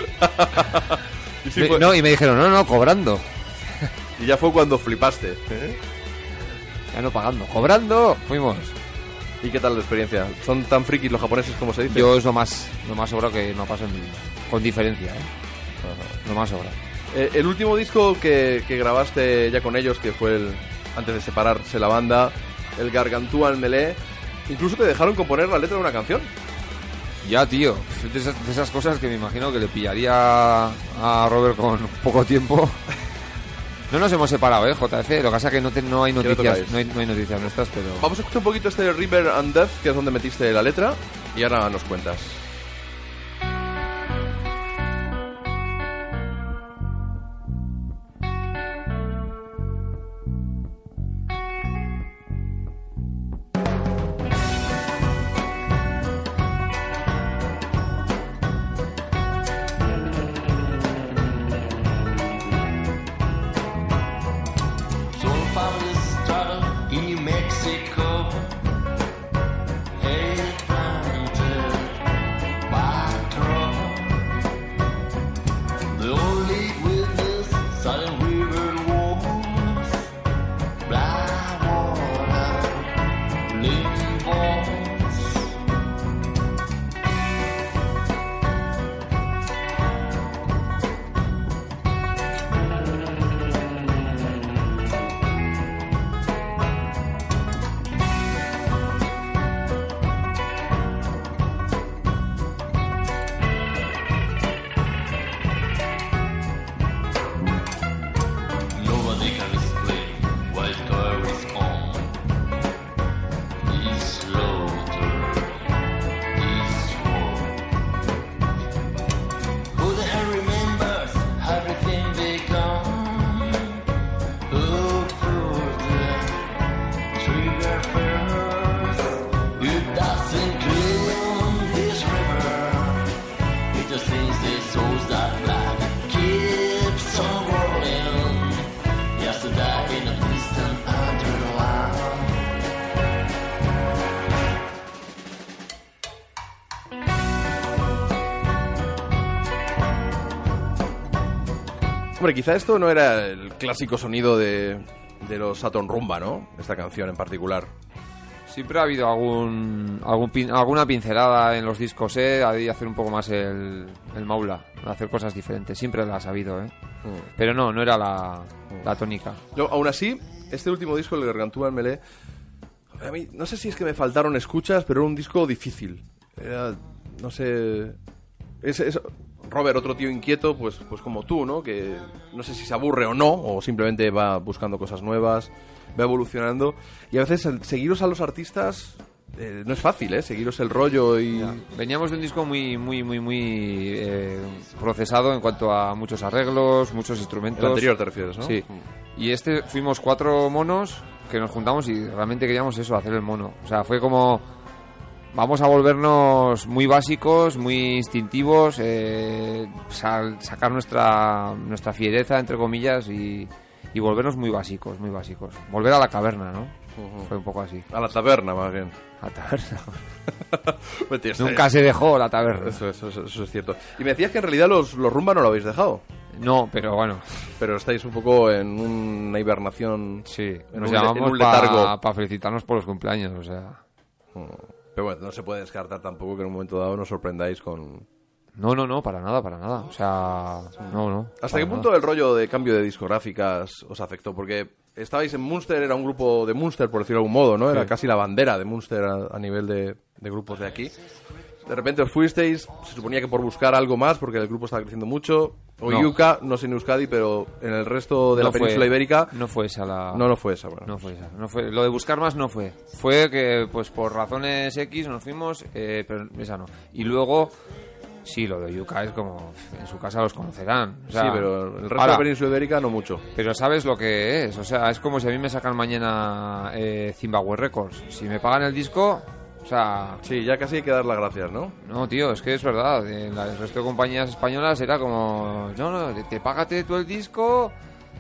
Y sí fue- No, y me dijeron, no, cobrando. Y ya fue cuando flipaste. Ya no pagando, cobrando. Fuimos. ¿Y qué tal la experiencia? ¿Son tan frikis los japoneses como se dice? Yo es lo más sobrado que me ha pasado con diferencia, Lo más sobrado. El último disco que grabaste ya con ellos, que fue antes de separarse la banda, el Gargantuan Melee, incluso te dejaron componer la letra de una canción. Ya, tío, de esas cosas que me imagino que le pillaría a Robert con poco tiempo. No nos hemos separado, JF. Lo que pasa es que no hay noticias, tocáis? no hay noticias nuestras, pero... Vamos a escuchar un poquito este River and Death, que es donde metiste la letra, y ahora nos cuentas. Soul families struggle in New Mexico. Planted by trouble. The only witness, silent river walls, black water, living bones. Nobody can explain why stories on. Is slaughter, is war. Who the hell remembers everything become? Who pulled the trigger first? It doesn't clean this river. It just thinks the souls that black keeps on rolling. Yesterday in a distant underground. Hombre, quizá esto no era el clásico sonido de los Saturn Rumba, ¿no? Esta canción en particular. Siempre ha habido alguna pincelada en los discos, de hacer un poco más el maula, de hacer cosas diferentes. Siempre las ha habido, Pero no era la tónica. Yo, aún así, este último disco, el Gargantuan Melee, a mí, no sé si es que me faltaron escuchas, pero era un disco difícil. Era, no sé... Robert, otro tío inquieto, pues como tú, ¿no? Que no sé si se aburre o no, o simplemente va buscando cosas nuevas, va evolucionando. Y a veces seguiros a los artistas no es fácil, seguiros el rollo y... Ya. Veníamos de un disco muy procesado en cuanto a muchos arreglos, muchos instrumentos. El anterior te refieres, ¿no? Sí. Y fuimos 4 monos que nos juntamos y realmente queríamos eso, hacer el mono. O sea, fue como... Vamos a volvernos muy básicos, muy instintivos, sacar nuestra fiereza, entre comillas, y volvernos muy básicos. Volver a la caverna, ¿no? Fue un poco así. A la taberna, más bien. A la taberna. Mentira, Nunca se dejó la taberna. Eso es cierto. Y me decías que en realidad los Rumba no lo habéis dejado. No, pero bueno. Pero estáis un poco en una hibernación. Sí, en nos un llamamos letargo. para felicitarnos por los cumpleaños, o sea... Pero bueno, no se puede descartar tampoco que en un momento dado nos sorprendáis con... No, para nada. O sea, no. ¿Hasta qué punto el rollo de cambio de discográficas os afectó? Porque estabais en Munster, era un grupo de Munster, por decirlo de algún modo, ¿no? Era casi la bandera de Munster a nivel de grupos de aquí. De repente os fuisteis, se suponía que por buscar algo más, porque el grupo estaba creciendo mucho. O No. Yuka, no sé en Euskadi, pero en el resto de la península ibérica... No fue esa la... No fue esa, bueno. No fue esa. No fue, lo de buscar más no fue. Fue que, pues por razones X nos fuimos, pero esa no. Y luego... Sí, lo de Yuka es como... En su casa los conocerán. O sea, sí, pero el resto ahora, de la península ibérica no mucho. Pero sabes lo que es. O sea, es como si a mí me sacan mañana Zimbabwe Records. Si me pagan el disco, sea... Sí, ya casi hay que dar las gracias, ¿no? No, tío, es que es verdad. En el resto de compañías españolas era como... No, te págate tú el disco,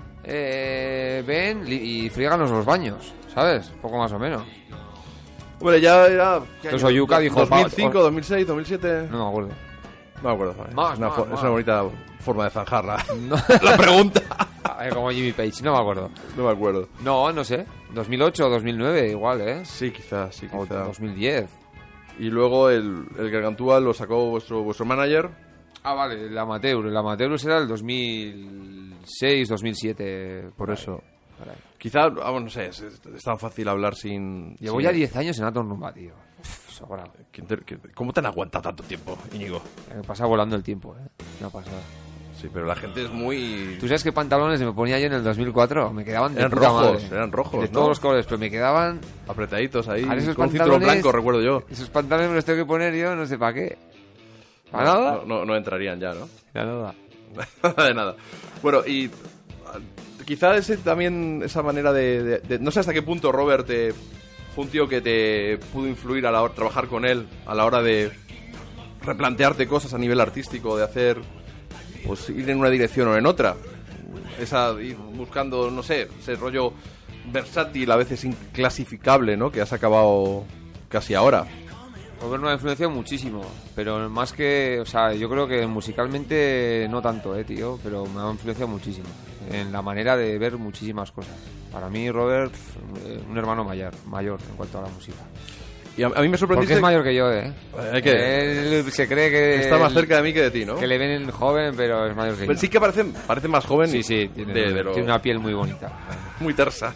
ven y fríganos los baños, ¿sabes? Poco más o menos. Bueno, ya era... Entonces Oyuka dijo... 2005, 2006, 2007... No me acuerdo. No me acuerdo. Vale. Más, es, una más, es más. una bonita forma de zanjar No. la pregunta. Como Jimmy Page, no me acuerdo. No me acuerdo. No sé. 2008 o 2009 igual, ¿eh? Sí, quizás, sí, O quizás. 2010. Y luego el Gargantúa lo sacó vuestro manager. Ah, vale, el Amateur. El Amateur será el 2006, 2007. Por ahí, eso. por ahí. Quizás, vamos, no sé, es tan fácil hablar sin... Llevo ya 10 años en Atom Rumba, tío. Sobrado. ¿Cómo te han aguantado tanto tiempo, Íñigo? Me pasa volando el tiempo, ¿eh? No pasa nada. Sí, pero la gente es muy... ¿Tú sabes qué pantalones me ponía yo en el 2004? Me quedaban de Eran puta rojos, madre. eran rojos, De ¿no? todos los colores, pero me quedaban... Apretaditos ahí, Ahora esos con un cinturón pantalones- blanco, recuerdo yo. Esos pantalones me los tengo que poner yo, no sé para qué. ¿Para nada? No entrarían ya, ¿no? Para nada. De nada. Bueno, y quizá también esa manera de... No sé hasta qué punto Robert fue un tío que te pudo influir a la hora trabajar con él, a la hora de replantearte cosas a nivel artístico, de hacer, pues ir en una dirección o en otra. Ir buscando, no sé, ese rollo versátil, a veces inclasificable, ¿no? Que has acabado casi ahora. Robert me ha influenciado muchísimo, pero más que, o sea, yo creo que musicalmente no tanto, tío, pero me ha influenciado muchísimo en la manera de ver muchísimas cosas. Para mí Robert, un hermano mayor en cuanto a la música. Y a mí me sorprendiste... Porque es mayor que yo, Hay que... Él se cree que Está más cerca de mí que de ti, ¿no? que le ven joven, pero es mayor que Pero yo. sí que parece más joven. Sí, tiene, de lo- tiene una piel muy bonita. Muy tersa.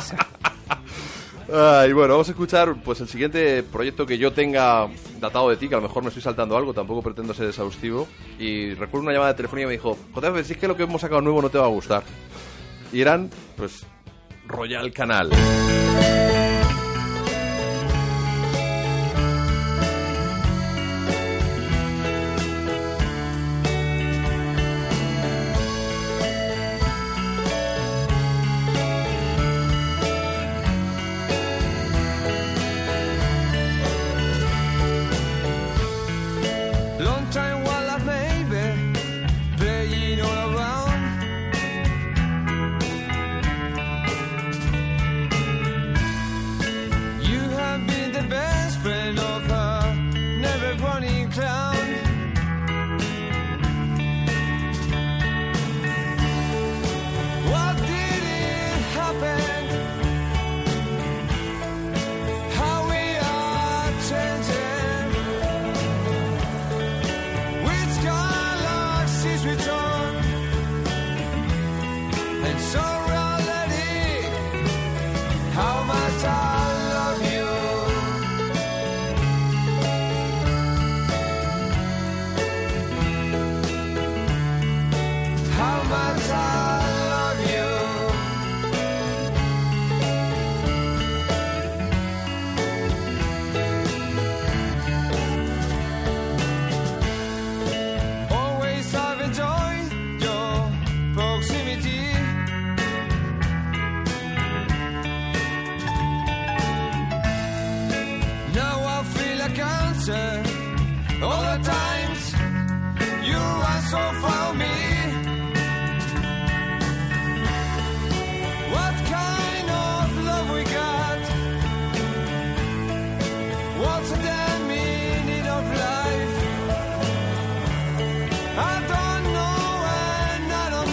Y bueno, vamos a escuchar pues el siguiente proyecto que yo tenga datado de ti, que a lo mejor me estoy saltando algo, tampoco pretendo ser exhaustivo. Y recuerdo una llamada de telefonía y me dijo, JF, si es que lo que hemos sacado nuevo no te va a gustar. Y eran, pues, Royal Canal. Long time while I maybe playing all around. You have been the best friend of her, never running clown. What did it happen? How we are changing. Which galaxies return and so reality how much I love you. How much I love you. Always I've enjoyed your proximity. Now I feel like cancer. All the times you run so far me. What kind of love we got? What's the meaning of life? I don't know and I don't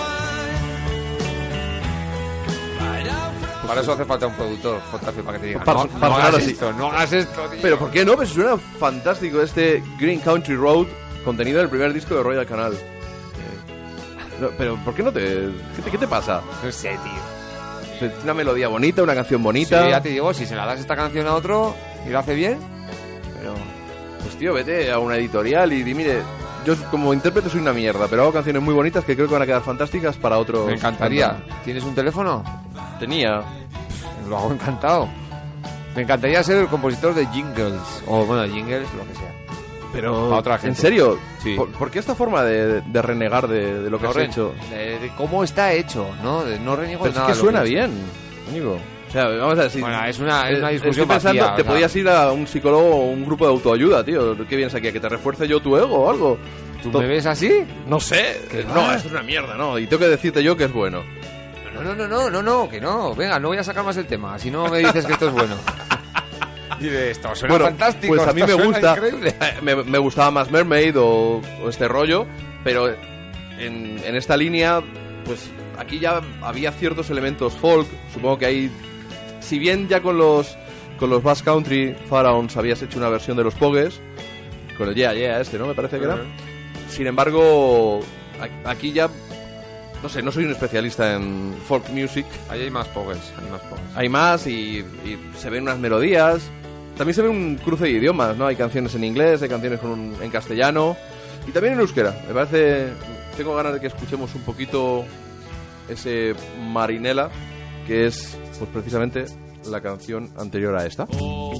mind. I don't Para eso hace falta un productor, JF, para que te diga, Para- no, para no sonar hagas así. esto, no hagas esto, tío. Pero ¿por qué no? Pues suena fantástico este Green Country Road, contenido en el primer disco de Royal Canal. No, pero ¿por qué no te... ¿Qué te pasa? No sé, tío. Una melodía bonita, una canción Sí, bonita... ya te digo, si se la das esta canción a otro y lo hace bien, pero... Pues tío, vete a una editorial y di, mire, yo como intérprete soy una mierda, pero hago canciones muy bonitas que creo que van a quedar fantásticas para otros... Me encantaría. cantantes. ¿Tienes un teléfono? Tenía... Lo hago encantado. Me encantaría ser el compositor de jingles. O, bueno, jingles, lo que sea. Pero... Para otra gente. ¿En serio? Sí. ¿Por qué esta forma de renegar de lo que has hecho? De cómo está hecho, ¿no? No reniego Pero de es nada. que de lo suena he hecho. bien, amigo. O sea, vamos a ver si... Bueno, es una discusión estoy pensando, vacía, te o sea. podías ir a un psicólogo o un grupo de autoayuda, tío. ¿Qué vienes aquí? ¿A que te refuerce yo tu ego o algo? ¿Tú me ves así? No sé. ¿Qué No, va? eso es una mierda, ¿no? Y tengo que decirte yo que es bueno. No, que no. Venga, no voy a sacar más el tema, si no me dices que esto es bueno. Dice, esto suena fantástico. Pues a mí esto me suena gusta. increíble. Me gustaba más Mermaid o este rollo, pero en esta línea, pues aquí ya había ciertos elementos folk. Supongo que hay, si bien ya con los Bass Country Pharaohs habías hecho una versión de los Pogues, con el Yeah este, ¿no? Me parece que era. Sin embargo, aquí ya, no sé, no soy un especialista en folk music. Ahí hay más pogues, Hay más y se ven unas melodías. También se ve un cruce de idiomas, ¿no? Hay canciones en inglés, hay canciones en castellano y también en euskera. Me parece... Tengo ganas de que escuchemos un poquito ese Marinela, que es, pues precisamente, la canción anterior a esta.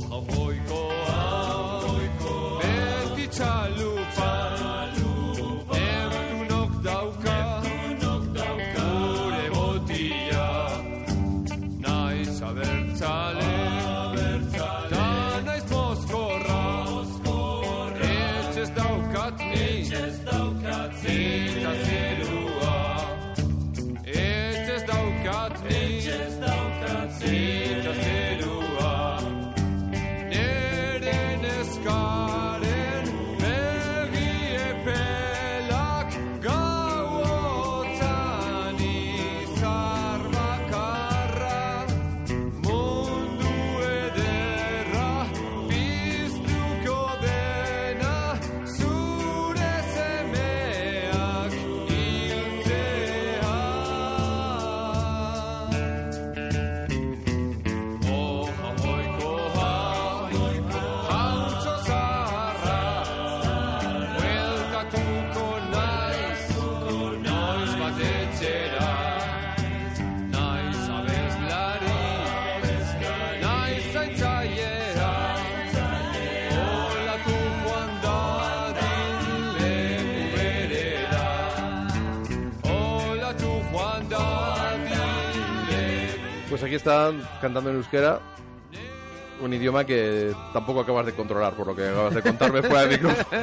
Pues aquí están cantando en euskera, un idioma que tampoco acabas de controlar, por lo que acabas de contarme fuera de micrófono.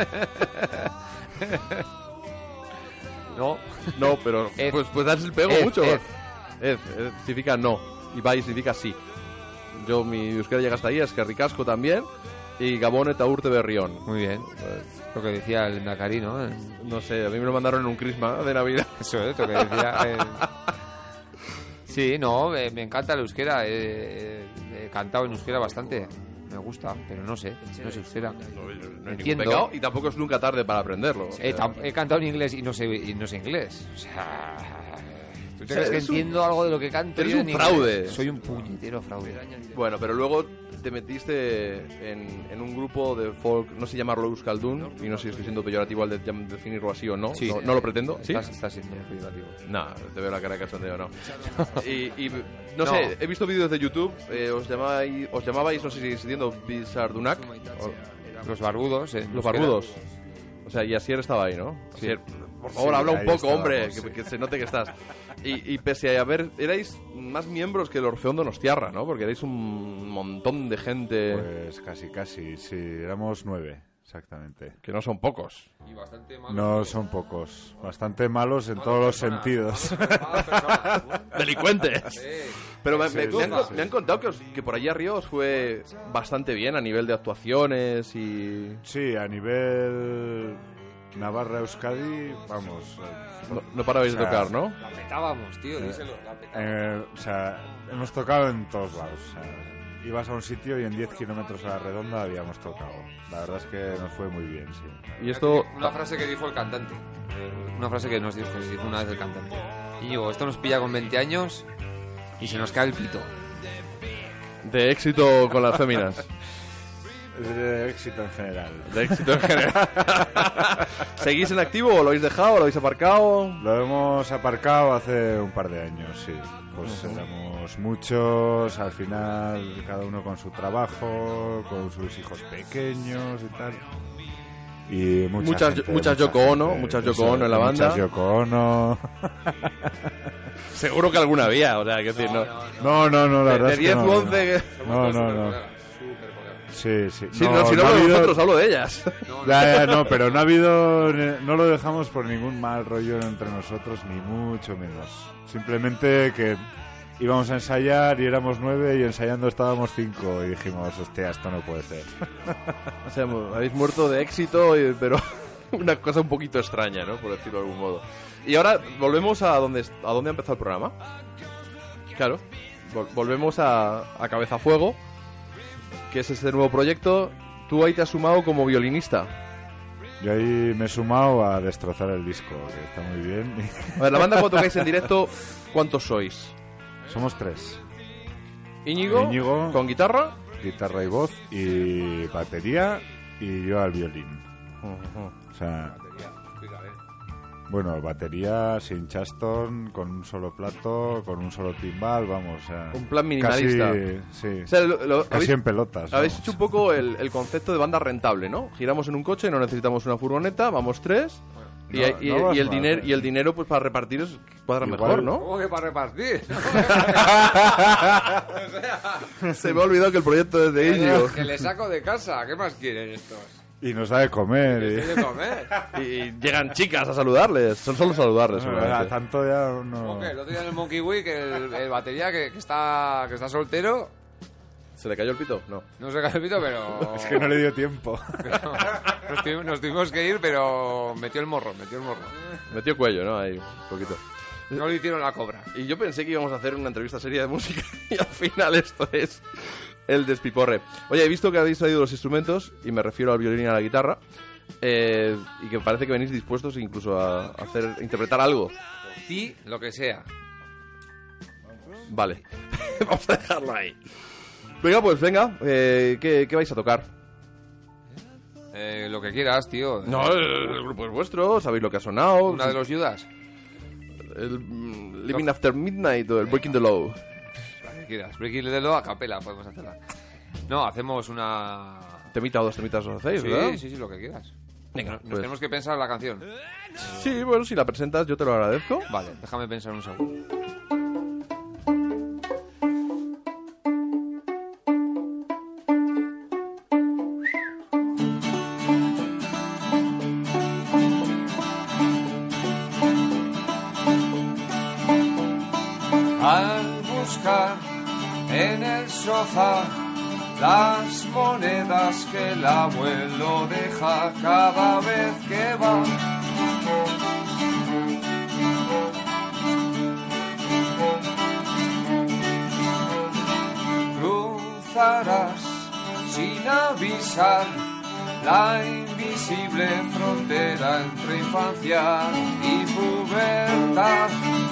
No, pero pues das el pego mucho. Ez significa no, y bai significa sí. Yo, mi euskera llega hasta ahí, es que ricasco también, y Gabón eta urte berrión. Muy bien. Lo que decía el Endacari, ¿no? No sé, a mí me lo mandaron en un crisma de Navidad. Eso es, lo que decía... Sí, no, me encanta el euskera. He cantado en euskera bastante. Me gusta, pero no sé euskera. No hay Entiendo. ningún pecado, y tampoco es nunca tarde para aprenderlo. He cantado en inglés y no sé inglés. O sea, ¿tú te O sea, crees que eres un- entiendo algo de lo que canto? eres yo un en inglés? fraude. Soy un puñetero fraude. Bueno, pero luego te metiste en un grupo de folk, no sé llamarlo euskaldun, y no sé si estoy siendo peyorativo al definirlo así o no. Sí. No lo pretendo. ¿Sí? Está siendo muy privativo. No, te veo la cara de cachondeo, no. y no, No. sé, he visto vídeos de YouTube, os llamabais, no sé si seguís diciendo Bizardunak, Los barbudos. los barbudos. O sea, y Asier estaba ahí, ¿no? Sí. Asier, por favor, Sí, habla un ahí poco, hombre, estábamos, que se note que estás. Y pese a haber, erais más miembros que el Orfeón Donostiarra, ¿no? Porque erais un montón de gente Pues casi, sí, éramos 9, exactamente. que no son pocos. Y bastante malo. No son pocos, bastante malos en todos los sentidos. Delincuentes. Pero me sí. han contado que por allí arriba os fue bastante bien a nivel de actuaciones y... Sí, a nivel Navarra, Euskadi, vamos. No parabais O de sea, tocar, ¿no? La petábamos, tío, díselo. La petábamos. O sea, hemos tocado en todos lados. O sea, ibas a un sitio y en 10 kilómetros a la redonda habíamos tocado. La verdad es que nos fue muy bien, sí. Y esto... Una frase que dijo el cantante. Una frase que nos dijo una vez el cantante. Y digo, esto nos pilla con 20 años y se nos cae el pito. De éxito con las féminas. De éxito en general. De éxito en general. ¿Seguís en activo o lo habéis dejado o lo habéis aparcado? Lo hemos aparcado hace un par de años, sí. Pues éramos muchos, al final cada uno con su trabajo, con sus hijos pequeños y tal. Y Muchas mucha Yoko Ono, muchas Yoko Ono en la banda. Muchas Yoko Ono. Seguro que alguna había, o sea, que decir, no. No, la verdad De es que 10 no, u 11 que... No. Sí. Sí, no, si no hablo de habido- nosotros, hablo de ellas. Ya, no, pero no ha habido... No lo dejamos por ningún mal rollo entre nosotros, ni mucho menos. Simplemente que íbamos a ensayar y éramos 9 y ensayando estábamos 5 y dijimos, hostia, esto no puede ser. O sea, habéis muerto de éxito, pero una cosa un poquito extraña, ¿no? Por decirlo de algún modo. Y ahora volvemos a donde ha empezado el programa. Claro, volvemos a Cabeza a Fuego, que es este nuevo proyecto. Tú ahí te has sumado como violinista. Yo ahí me he sumado a destrozar el disco, que está muy bien. A ver, la banda cuando tocáis en directo, ¿cuántos sois? Somos 3. Íñigo, con guitarra. Guitarra y voz, y batería, y yo al violín. O sea... Bueno, batería sin chaston, con un solo plato, con un solo timbal, vamos, o sea... Un plan minimalista. Casi, sí. O sea, Casi en pelotas. Habéis vamos. hecho un poco el concepto de banda rentable, ¿no? Giramos en un coche, no necesitamos una furgoneta, vamos 3... Y, No, y- no vas y el mal, dinero ¿eh? y el dinero pues para repartir cuadra Igual- mejor, ¿no? ¿Cómo que para repartir? Se me ha olvidado que el proyecto es de Íñigo. Que le saco de casa. ¿Qué más quieren estos? Y nos da de comer. ¿Qué de comer? Y llegan chicas a saludarles. Son solo saludarles, seguramente. Tanto ya no... ¿Cómo que? El otro día en el Monkey Week, el batería que está soltero, ¿Se le cayó el pito? No. no se cae el pito, pero... Es que no le dio tiempo. Nos tuvimos que ir, pero metió el morro. Metió cuello, ¿no? Ahí, un poquito. No le hicieron la cobra. Y yo pensé que íbamos a hacer una entrevista seria de música y al final esto es el despiporre. Oye, he visto que habéis traído los instrumentos, y me refiero al violín y a la guitarra, y que parece que venís dispuestos incluso a interpretar algo. Ti, lo que sea. Vale, vamos a dejarlo ahí. Venga, pues venga, ¿qué vais a tocar? Lo que quieras, tío. No, el grupo es vuestro, sabéis lo que ha sonado. Una de los Judas. El Living After Midnight o el Breaking the Law. Lo que quieras. Breaking the Law a capela podemos hacerla. No, hacemos una... Temita o dos temitas os hacéis, ¿verdad? Sí, lo que quieras. Venga, Nos pues. tenemos que pensar la canción. Sí, bueno, si la presentas yo te lo agradezco. Vale, déjame pensar un segundo. Al buscar en el sofá las monedas que el abuelo deja cada vez que va. Cruzarás sin avisar la invisible frontera entre infancia y pubertad.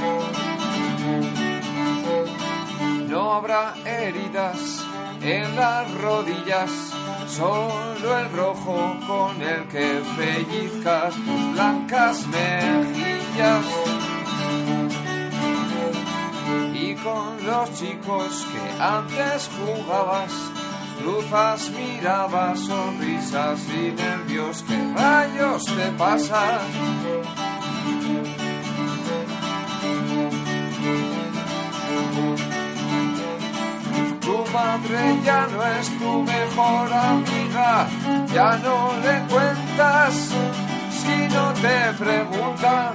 No habrá heridas en las rodillas, solo el rojo con el que pellizcas tus blancas mejillas. Y con los chicos que antes jugabas, cruzas miradas, sonrisas y nervios. ¿Qué rayos te pasan? Tu madre ya no es tu mejor amiga, ya no le cuentas si no te pregunta.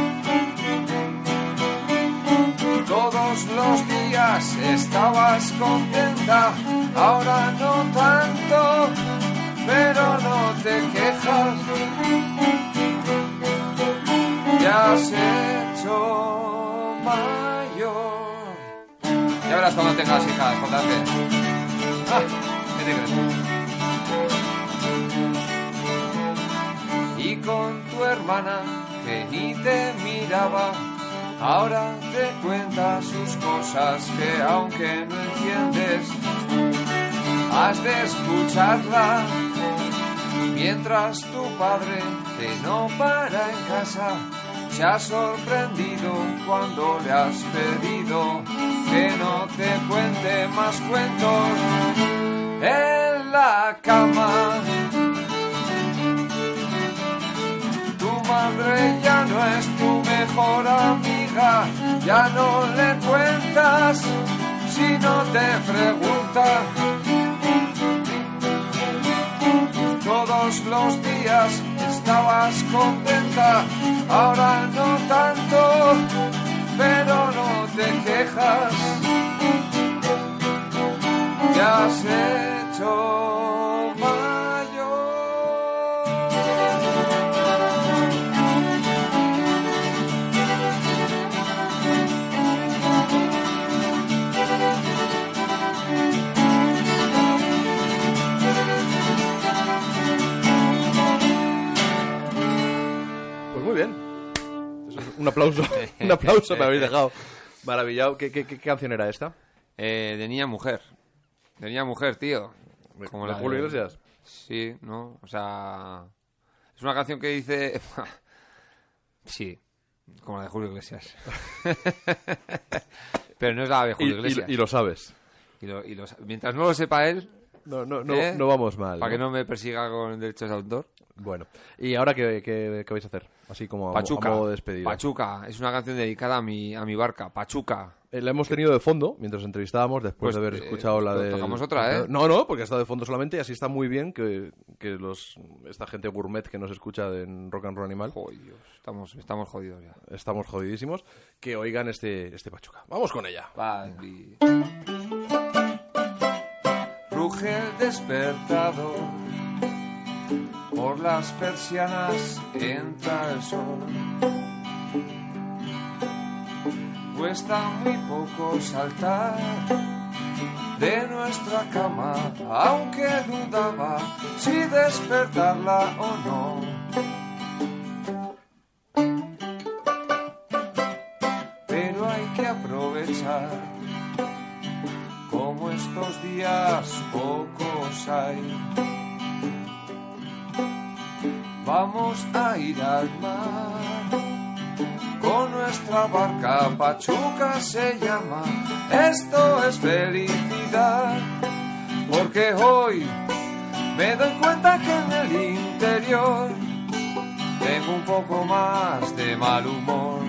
Todos los días estabas contenta, ahora no tanto, pero no te quejas. Ya has hecho mayor. Ya verás cuando tengas hijas, contarte. ¿Qué te crees? Y con tu hermana que ni te miraba, ahora te cuenta sus cosas que aunque no entiendes, has de escucharla. Mientras tu padre que no para en casa se ha sorprendido cuando le has pedido que no te cuente más cuentos en la cama. madre ya no es tu mejor amiga, ya no le cuentas si no te pregunta. Todos los días estabas contenta, ahora no tanto, pero no te quejas. Te has hecho mayor. Pues muy bien. Un aplauso. Un aplauso me habéis dejado. Maravillado. ¿Qué canción era esta? De niña a mujer. De niña a mujer, tío. Como ¿De la Julio Iglesias? Sí, ¿no? O sea... Es una canción que dice... Sí, como la de Julio Iglesias. Pero no es la de Julio Iglesias. Y lo sabes. Mientras no lo sepa él... No vamos mal. Para ¿no? que no me persiga con derechos de autor. Bueno. ¿Y ahora qué vais a hacer? Así como Pachuca. a modo de despedida. Pachuca. Es una canción dedicada a mi barca. Pachuca. La hemos tenido de fondo mientras entrevistábamos, después Pues, de haber escuchado la de... tocamos otra, ¿eh? No, porque ha estado de fondo solamente y así está muy bien que esta gente gourmet que nos escucha en Rock and Roll Animal... Joder, Dios, estamos jodidos ya. Estamos jodidísimos. Que oigan este Pachuca. Vamos con ella. Vale. Ruge el despertador, por las persianas entra el sol. Cuesta muy poco saltar de nuestra cama, aunque dudaba si despertarla o no. Pero hay que aprovechar, como estos días pocos hay. Vamos a ir al mar con nuestra barca, Pachuca se llama. Esto es felicidad, porque hoy me doy cuenta que en el interior tengo un poco más de mal humor.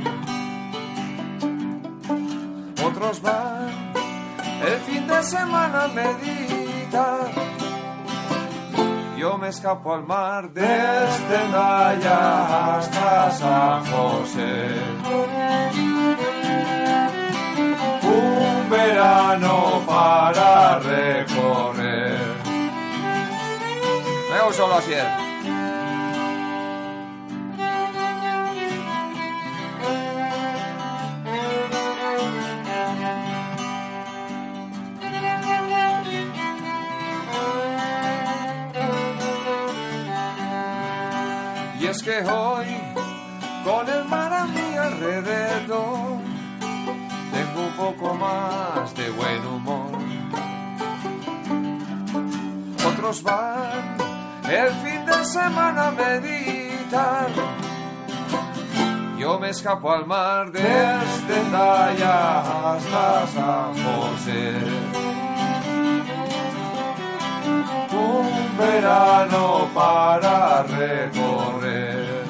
Otros van el fin de semana a meditar, yo me escapo al mar desde Naya hasta San José. Un verano para recorrer. Venga, un solo así. Y es que hoy, con el mar a mi alrededor, tengo un poco más de buen humor. Otros van el fin de semana a meditar, yo me escapo al mar desde Daya hasta San José. Un verano para recorrer,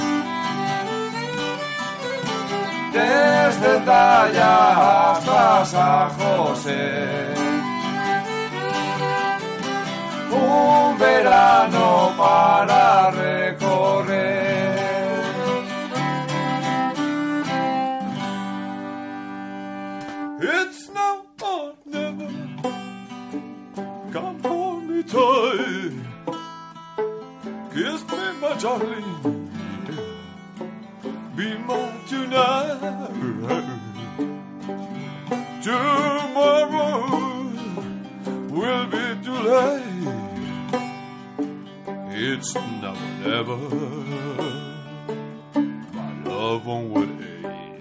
desde Daya hasta San José. Un verano para recorrer. It's now or never. Come hold me tight, kiss me, my darling, be mine tonight. Tomorrow will be too late. It's now or never. My love won't wait.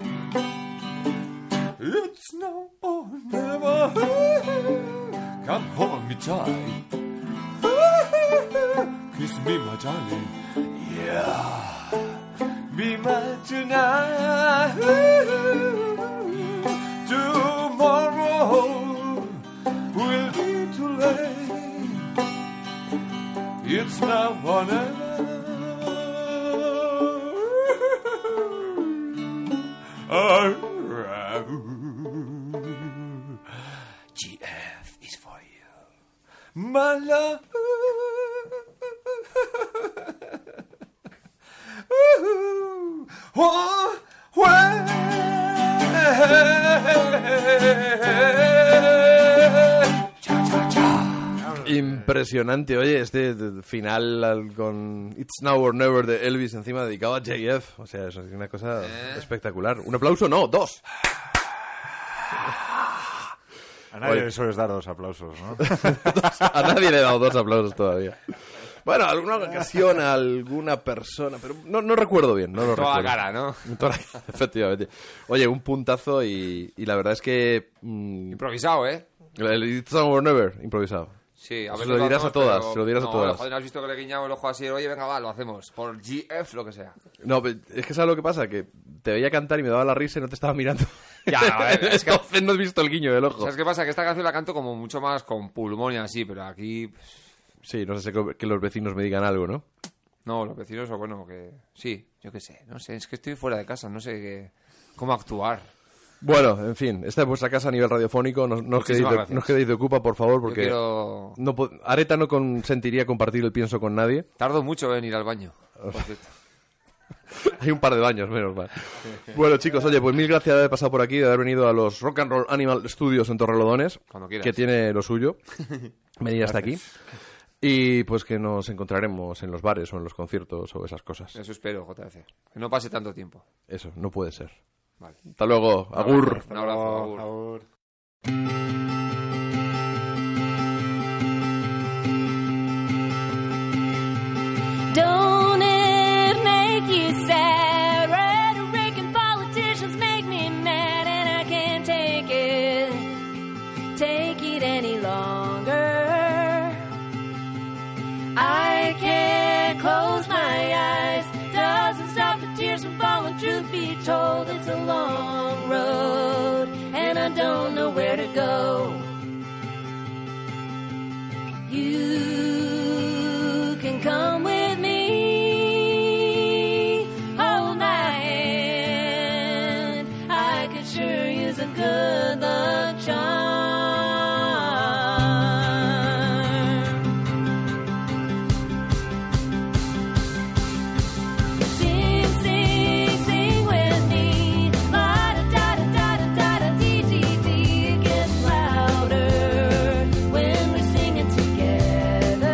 It's now or never. Come hold me tight, kiss me, my darling, yeah, be mine tonight. Tomorrow will be too late. It's now or never. Oh, well. Impresionante, oye, este final con It's Now or Never de Elvis encima dedicado a JF. O sea, eso es una cosa espectacular. Un aplauso, no, 2. A nadie le sueles dar 2 aplausos, ¿no? A nadie le he dado 2 aplausos todavía. Bueno, alguna ocasión a alguna persona, pero no recuerdo bien, no lo Toda recuerdo. cara, ¿no? Toda la cara, efectivamente. Oye, un puntazo y la verdad es que... Improvisado, ¿eh? el It's Now or Never, improvisado. Sí, a Se ver, lo dirás a todas, pero- se lo dirás a no, todas. Joder, ¿has visto que le guiñaba el ojo así? Oye, venga, va, lo hacemos. Por GF, lo que sea. No, pero es que ¿sabes lo que pasa? Que te veía cantar y me daba la risa y no te estaba mirando. Ya, a ver, es que- Entonces no has visto el guiño del ojo. ¿Sabes qué pasa? Que esta canción la canto como mucho más con pulmón y así, pero aquí... Sí, no sé que los vecinos me digan algo, ¿no? No, los vecinos, o bueno, que... Sí, yo qué sé, no sé, es que estoy fuera de casa, no sé cómo actuar. Bueno, en fin, esta es vuestra casa a nivel radiofónico. No os Muchísimas quedéis gracias. de ocupa, por favor, Yo porque quiero... Areta no consentiría compartir el pienso con nadie. Tardo mucho en ir al baño, por cierto. Hay un par de baños, menos mal. Bueno, chicos, oye, pues mil gracias de haber pasado por aquí, de haber venido a los Rock and Roll Animal Studios en Torrelodones, Cuando quieras. que tiene lo suyo, venir hasta aquí. Y pues que nos encontraremos en los bares o en los conciertos o esas cosas. Eso espero, JC. Que no pase tanto tiempo. Eso, no puede ser. Vale. Hasta luego, agur. Un abrazo, agur. Don't it make you sad? Rhetoric and politicians make me mad, and I can't take it any longer. I can't close my eyes, doesn't stop the tears from falling. Truth be told, it's a long road, and I don't know where to go. You can come with me, hold my hand. I could sure use a good luck charm. Sing, sing, sing with me. La da da da da da da dee dee dee. It gets louder when we're singing together.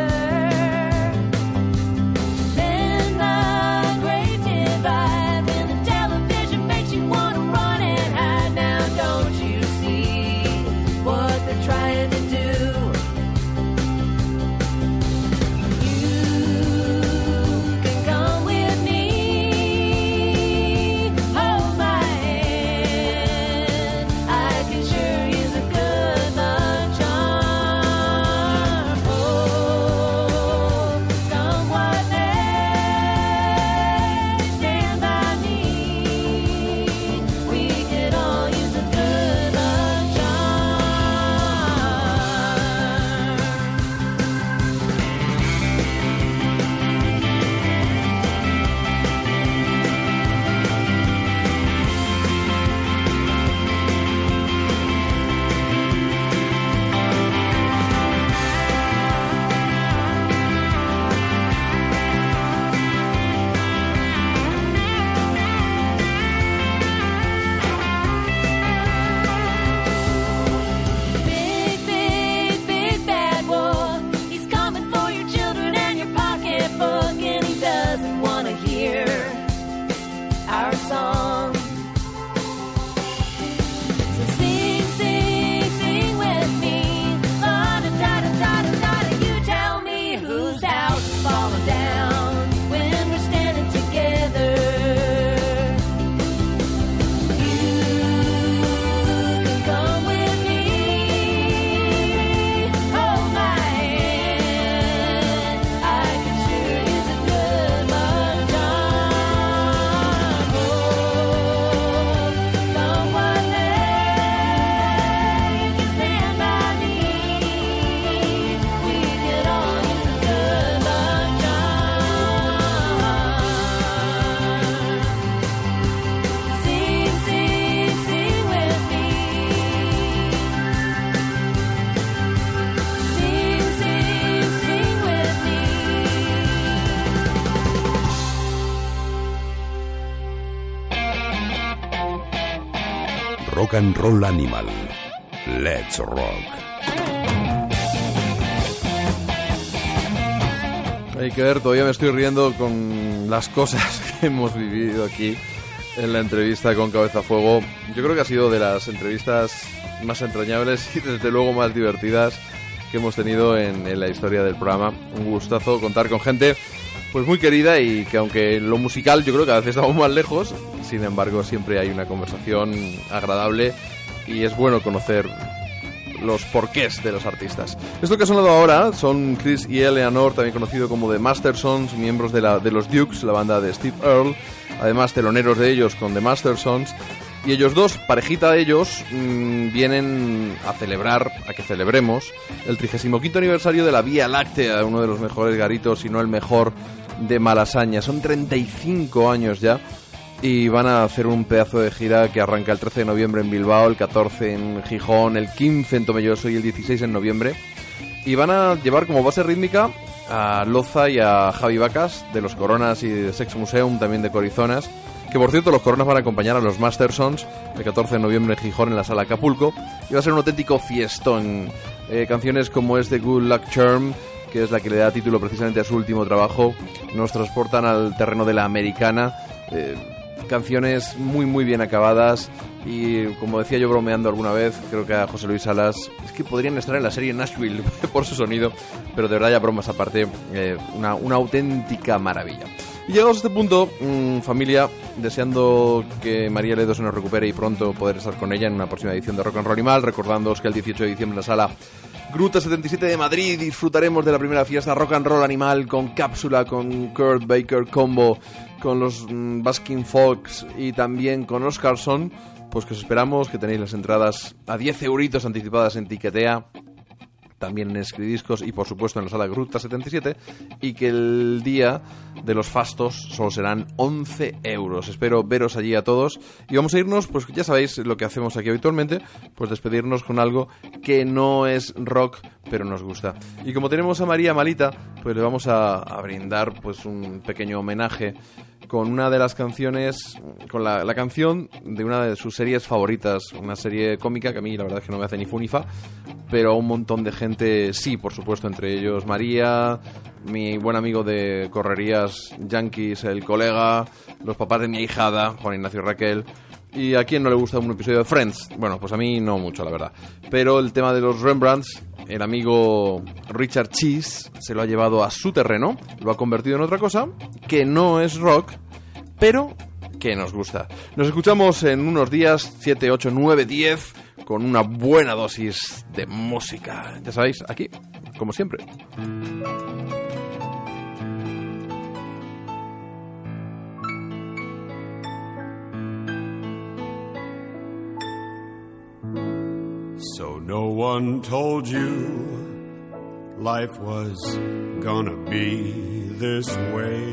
Rock and Roll Animal. Let's rock. Hay que ver, todavía me estoy riendo con las cosas que hemos vivido aquí en la entrevista con Cabeza a Fuego. Yo creo que ha sido de las entrevistas más entrañables y desde luego más divertidas que hemos tenido en la historia del programa. Un gustazo contar con gente pues muy querida y que aunque lo musical yo creo que a veces estamos más lejos, sin embargo siempre hay una conversación agradable y es bueno conocer los porqués de los artistas. Esto que ha sonado ahora son Chris y Eleanor, también conocido como The Mastersons, miembros de los Dukes, la banda de Steve Earle, además teloneros de ellos con The Mastersons. Y ellos dos, parejita de ellos, vienen a que celebremos el 35º aniversario de la Vía Láctea, uno de los mejores garitos, si no el mejor, de Malasaña. Son 35 años ya y van a hacer un pedazo de gira que arranca el 13 de noviembre en Bilbao, el 14 en Gijón, el 15 en Tomelloso y el 16 en noviembre. Y van a llevar como base rítmica a Loza y a Javi Vacas de los Coronas y de Sex Museum, también de Corizonas. Que por cierto, los Coronas van a acompañar a los Mastersons el 14 de noviembre en Gijón en la Sala Acapulco. Y va a ser un auténtico fiestón. Canciones como es The Good Luck Charm, que es la que le da título precisamente a su último trabajo, nos transportan al terreno de la americana. Canciones muy muy bien acabadas y como decía yo bromeando alguna vez, creo que a José Luis Salas, es que podrían estar en la serie Nashville por su sonido, pero de verdad ya bromas aparte, una auténtica maravilla. Y llegados a este punto, familia, deseando que María Ledo se nos recupere y pronto poder estar con ella en una próxima edición de Rock and Roll Animal, recordándoos que el 18 de diciembre en la sala Gruta 77 de Madrid disfrutaremos de la primera fiesta Rock and Roll Animal con Cápsula, con Kurt Baker Combo, con los Baskin Fox y también con Oscarson. Pues que os esperamos, que tenéis las entradas a 10 euritos anticipadas en Tiquetea, también en Escridiscos y por supuesto en la sala Gruta 77, y que el día de los fastos solo serán 11 euros. Espero veros allí a todos y vamos a irnos, pues ya sabéis lo que hacemos aquí habitualmente, pues despedirnos con algo que no es rock pero nos gusta. Y como tenemos a María malita, pues le vamos a brindar pues un pequeño homenaje con una de las canciones, con la canción de una de sus series favoritas, una serie cómica que a mí la verdad es que no me hace ni fu ni fa, pero a un montón de gente sí, por supuesto, entre ellos María, mi buen amigo de correrías Yankees, el colega, los papás de mi ahijada, Juan Ignacio y Raquel. ¿Y a quién no le gusta un episodio de Friends? Bueno, pues a mí no mucho, la verdad. Pero el tema de los Rembrandts, el amigo Richard Cheese se lo ha llevado a su terreno, lo ha convertido en otra cosa que no es rock, pero que nos gusta. Nos escuchamos en unos días, 7, 8, 9, 10, con una buena dosis de música. Ya sabéis, aquí, como siempre. So no one told you life was gonna be this way.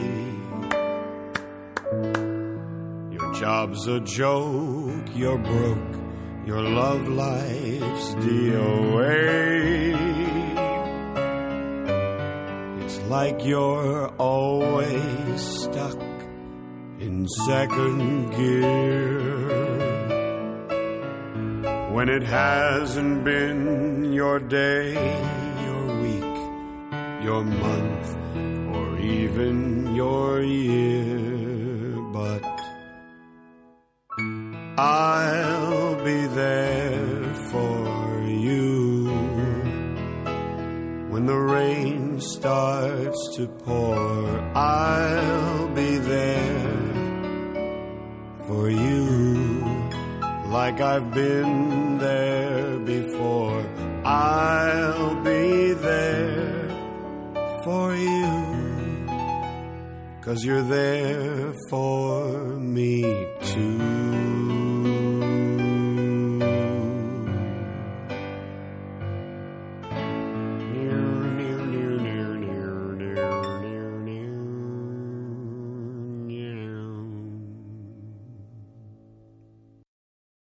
Your job's a joke, you're broke, your love life's DOA. It's like you're always stuck in second gear, when it hasn't been your day, your week, your month, or even your year. But I'll be there for you when the rain starts to pour. I'll be there for you like I've been there before. I'll be there for you, 'cause you're there for me too.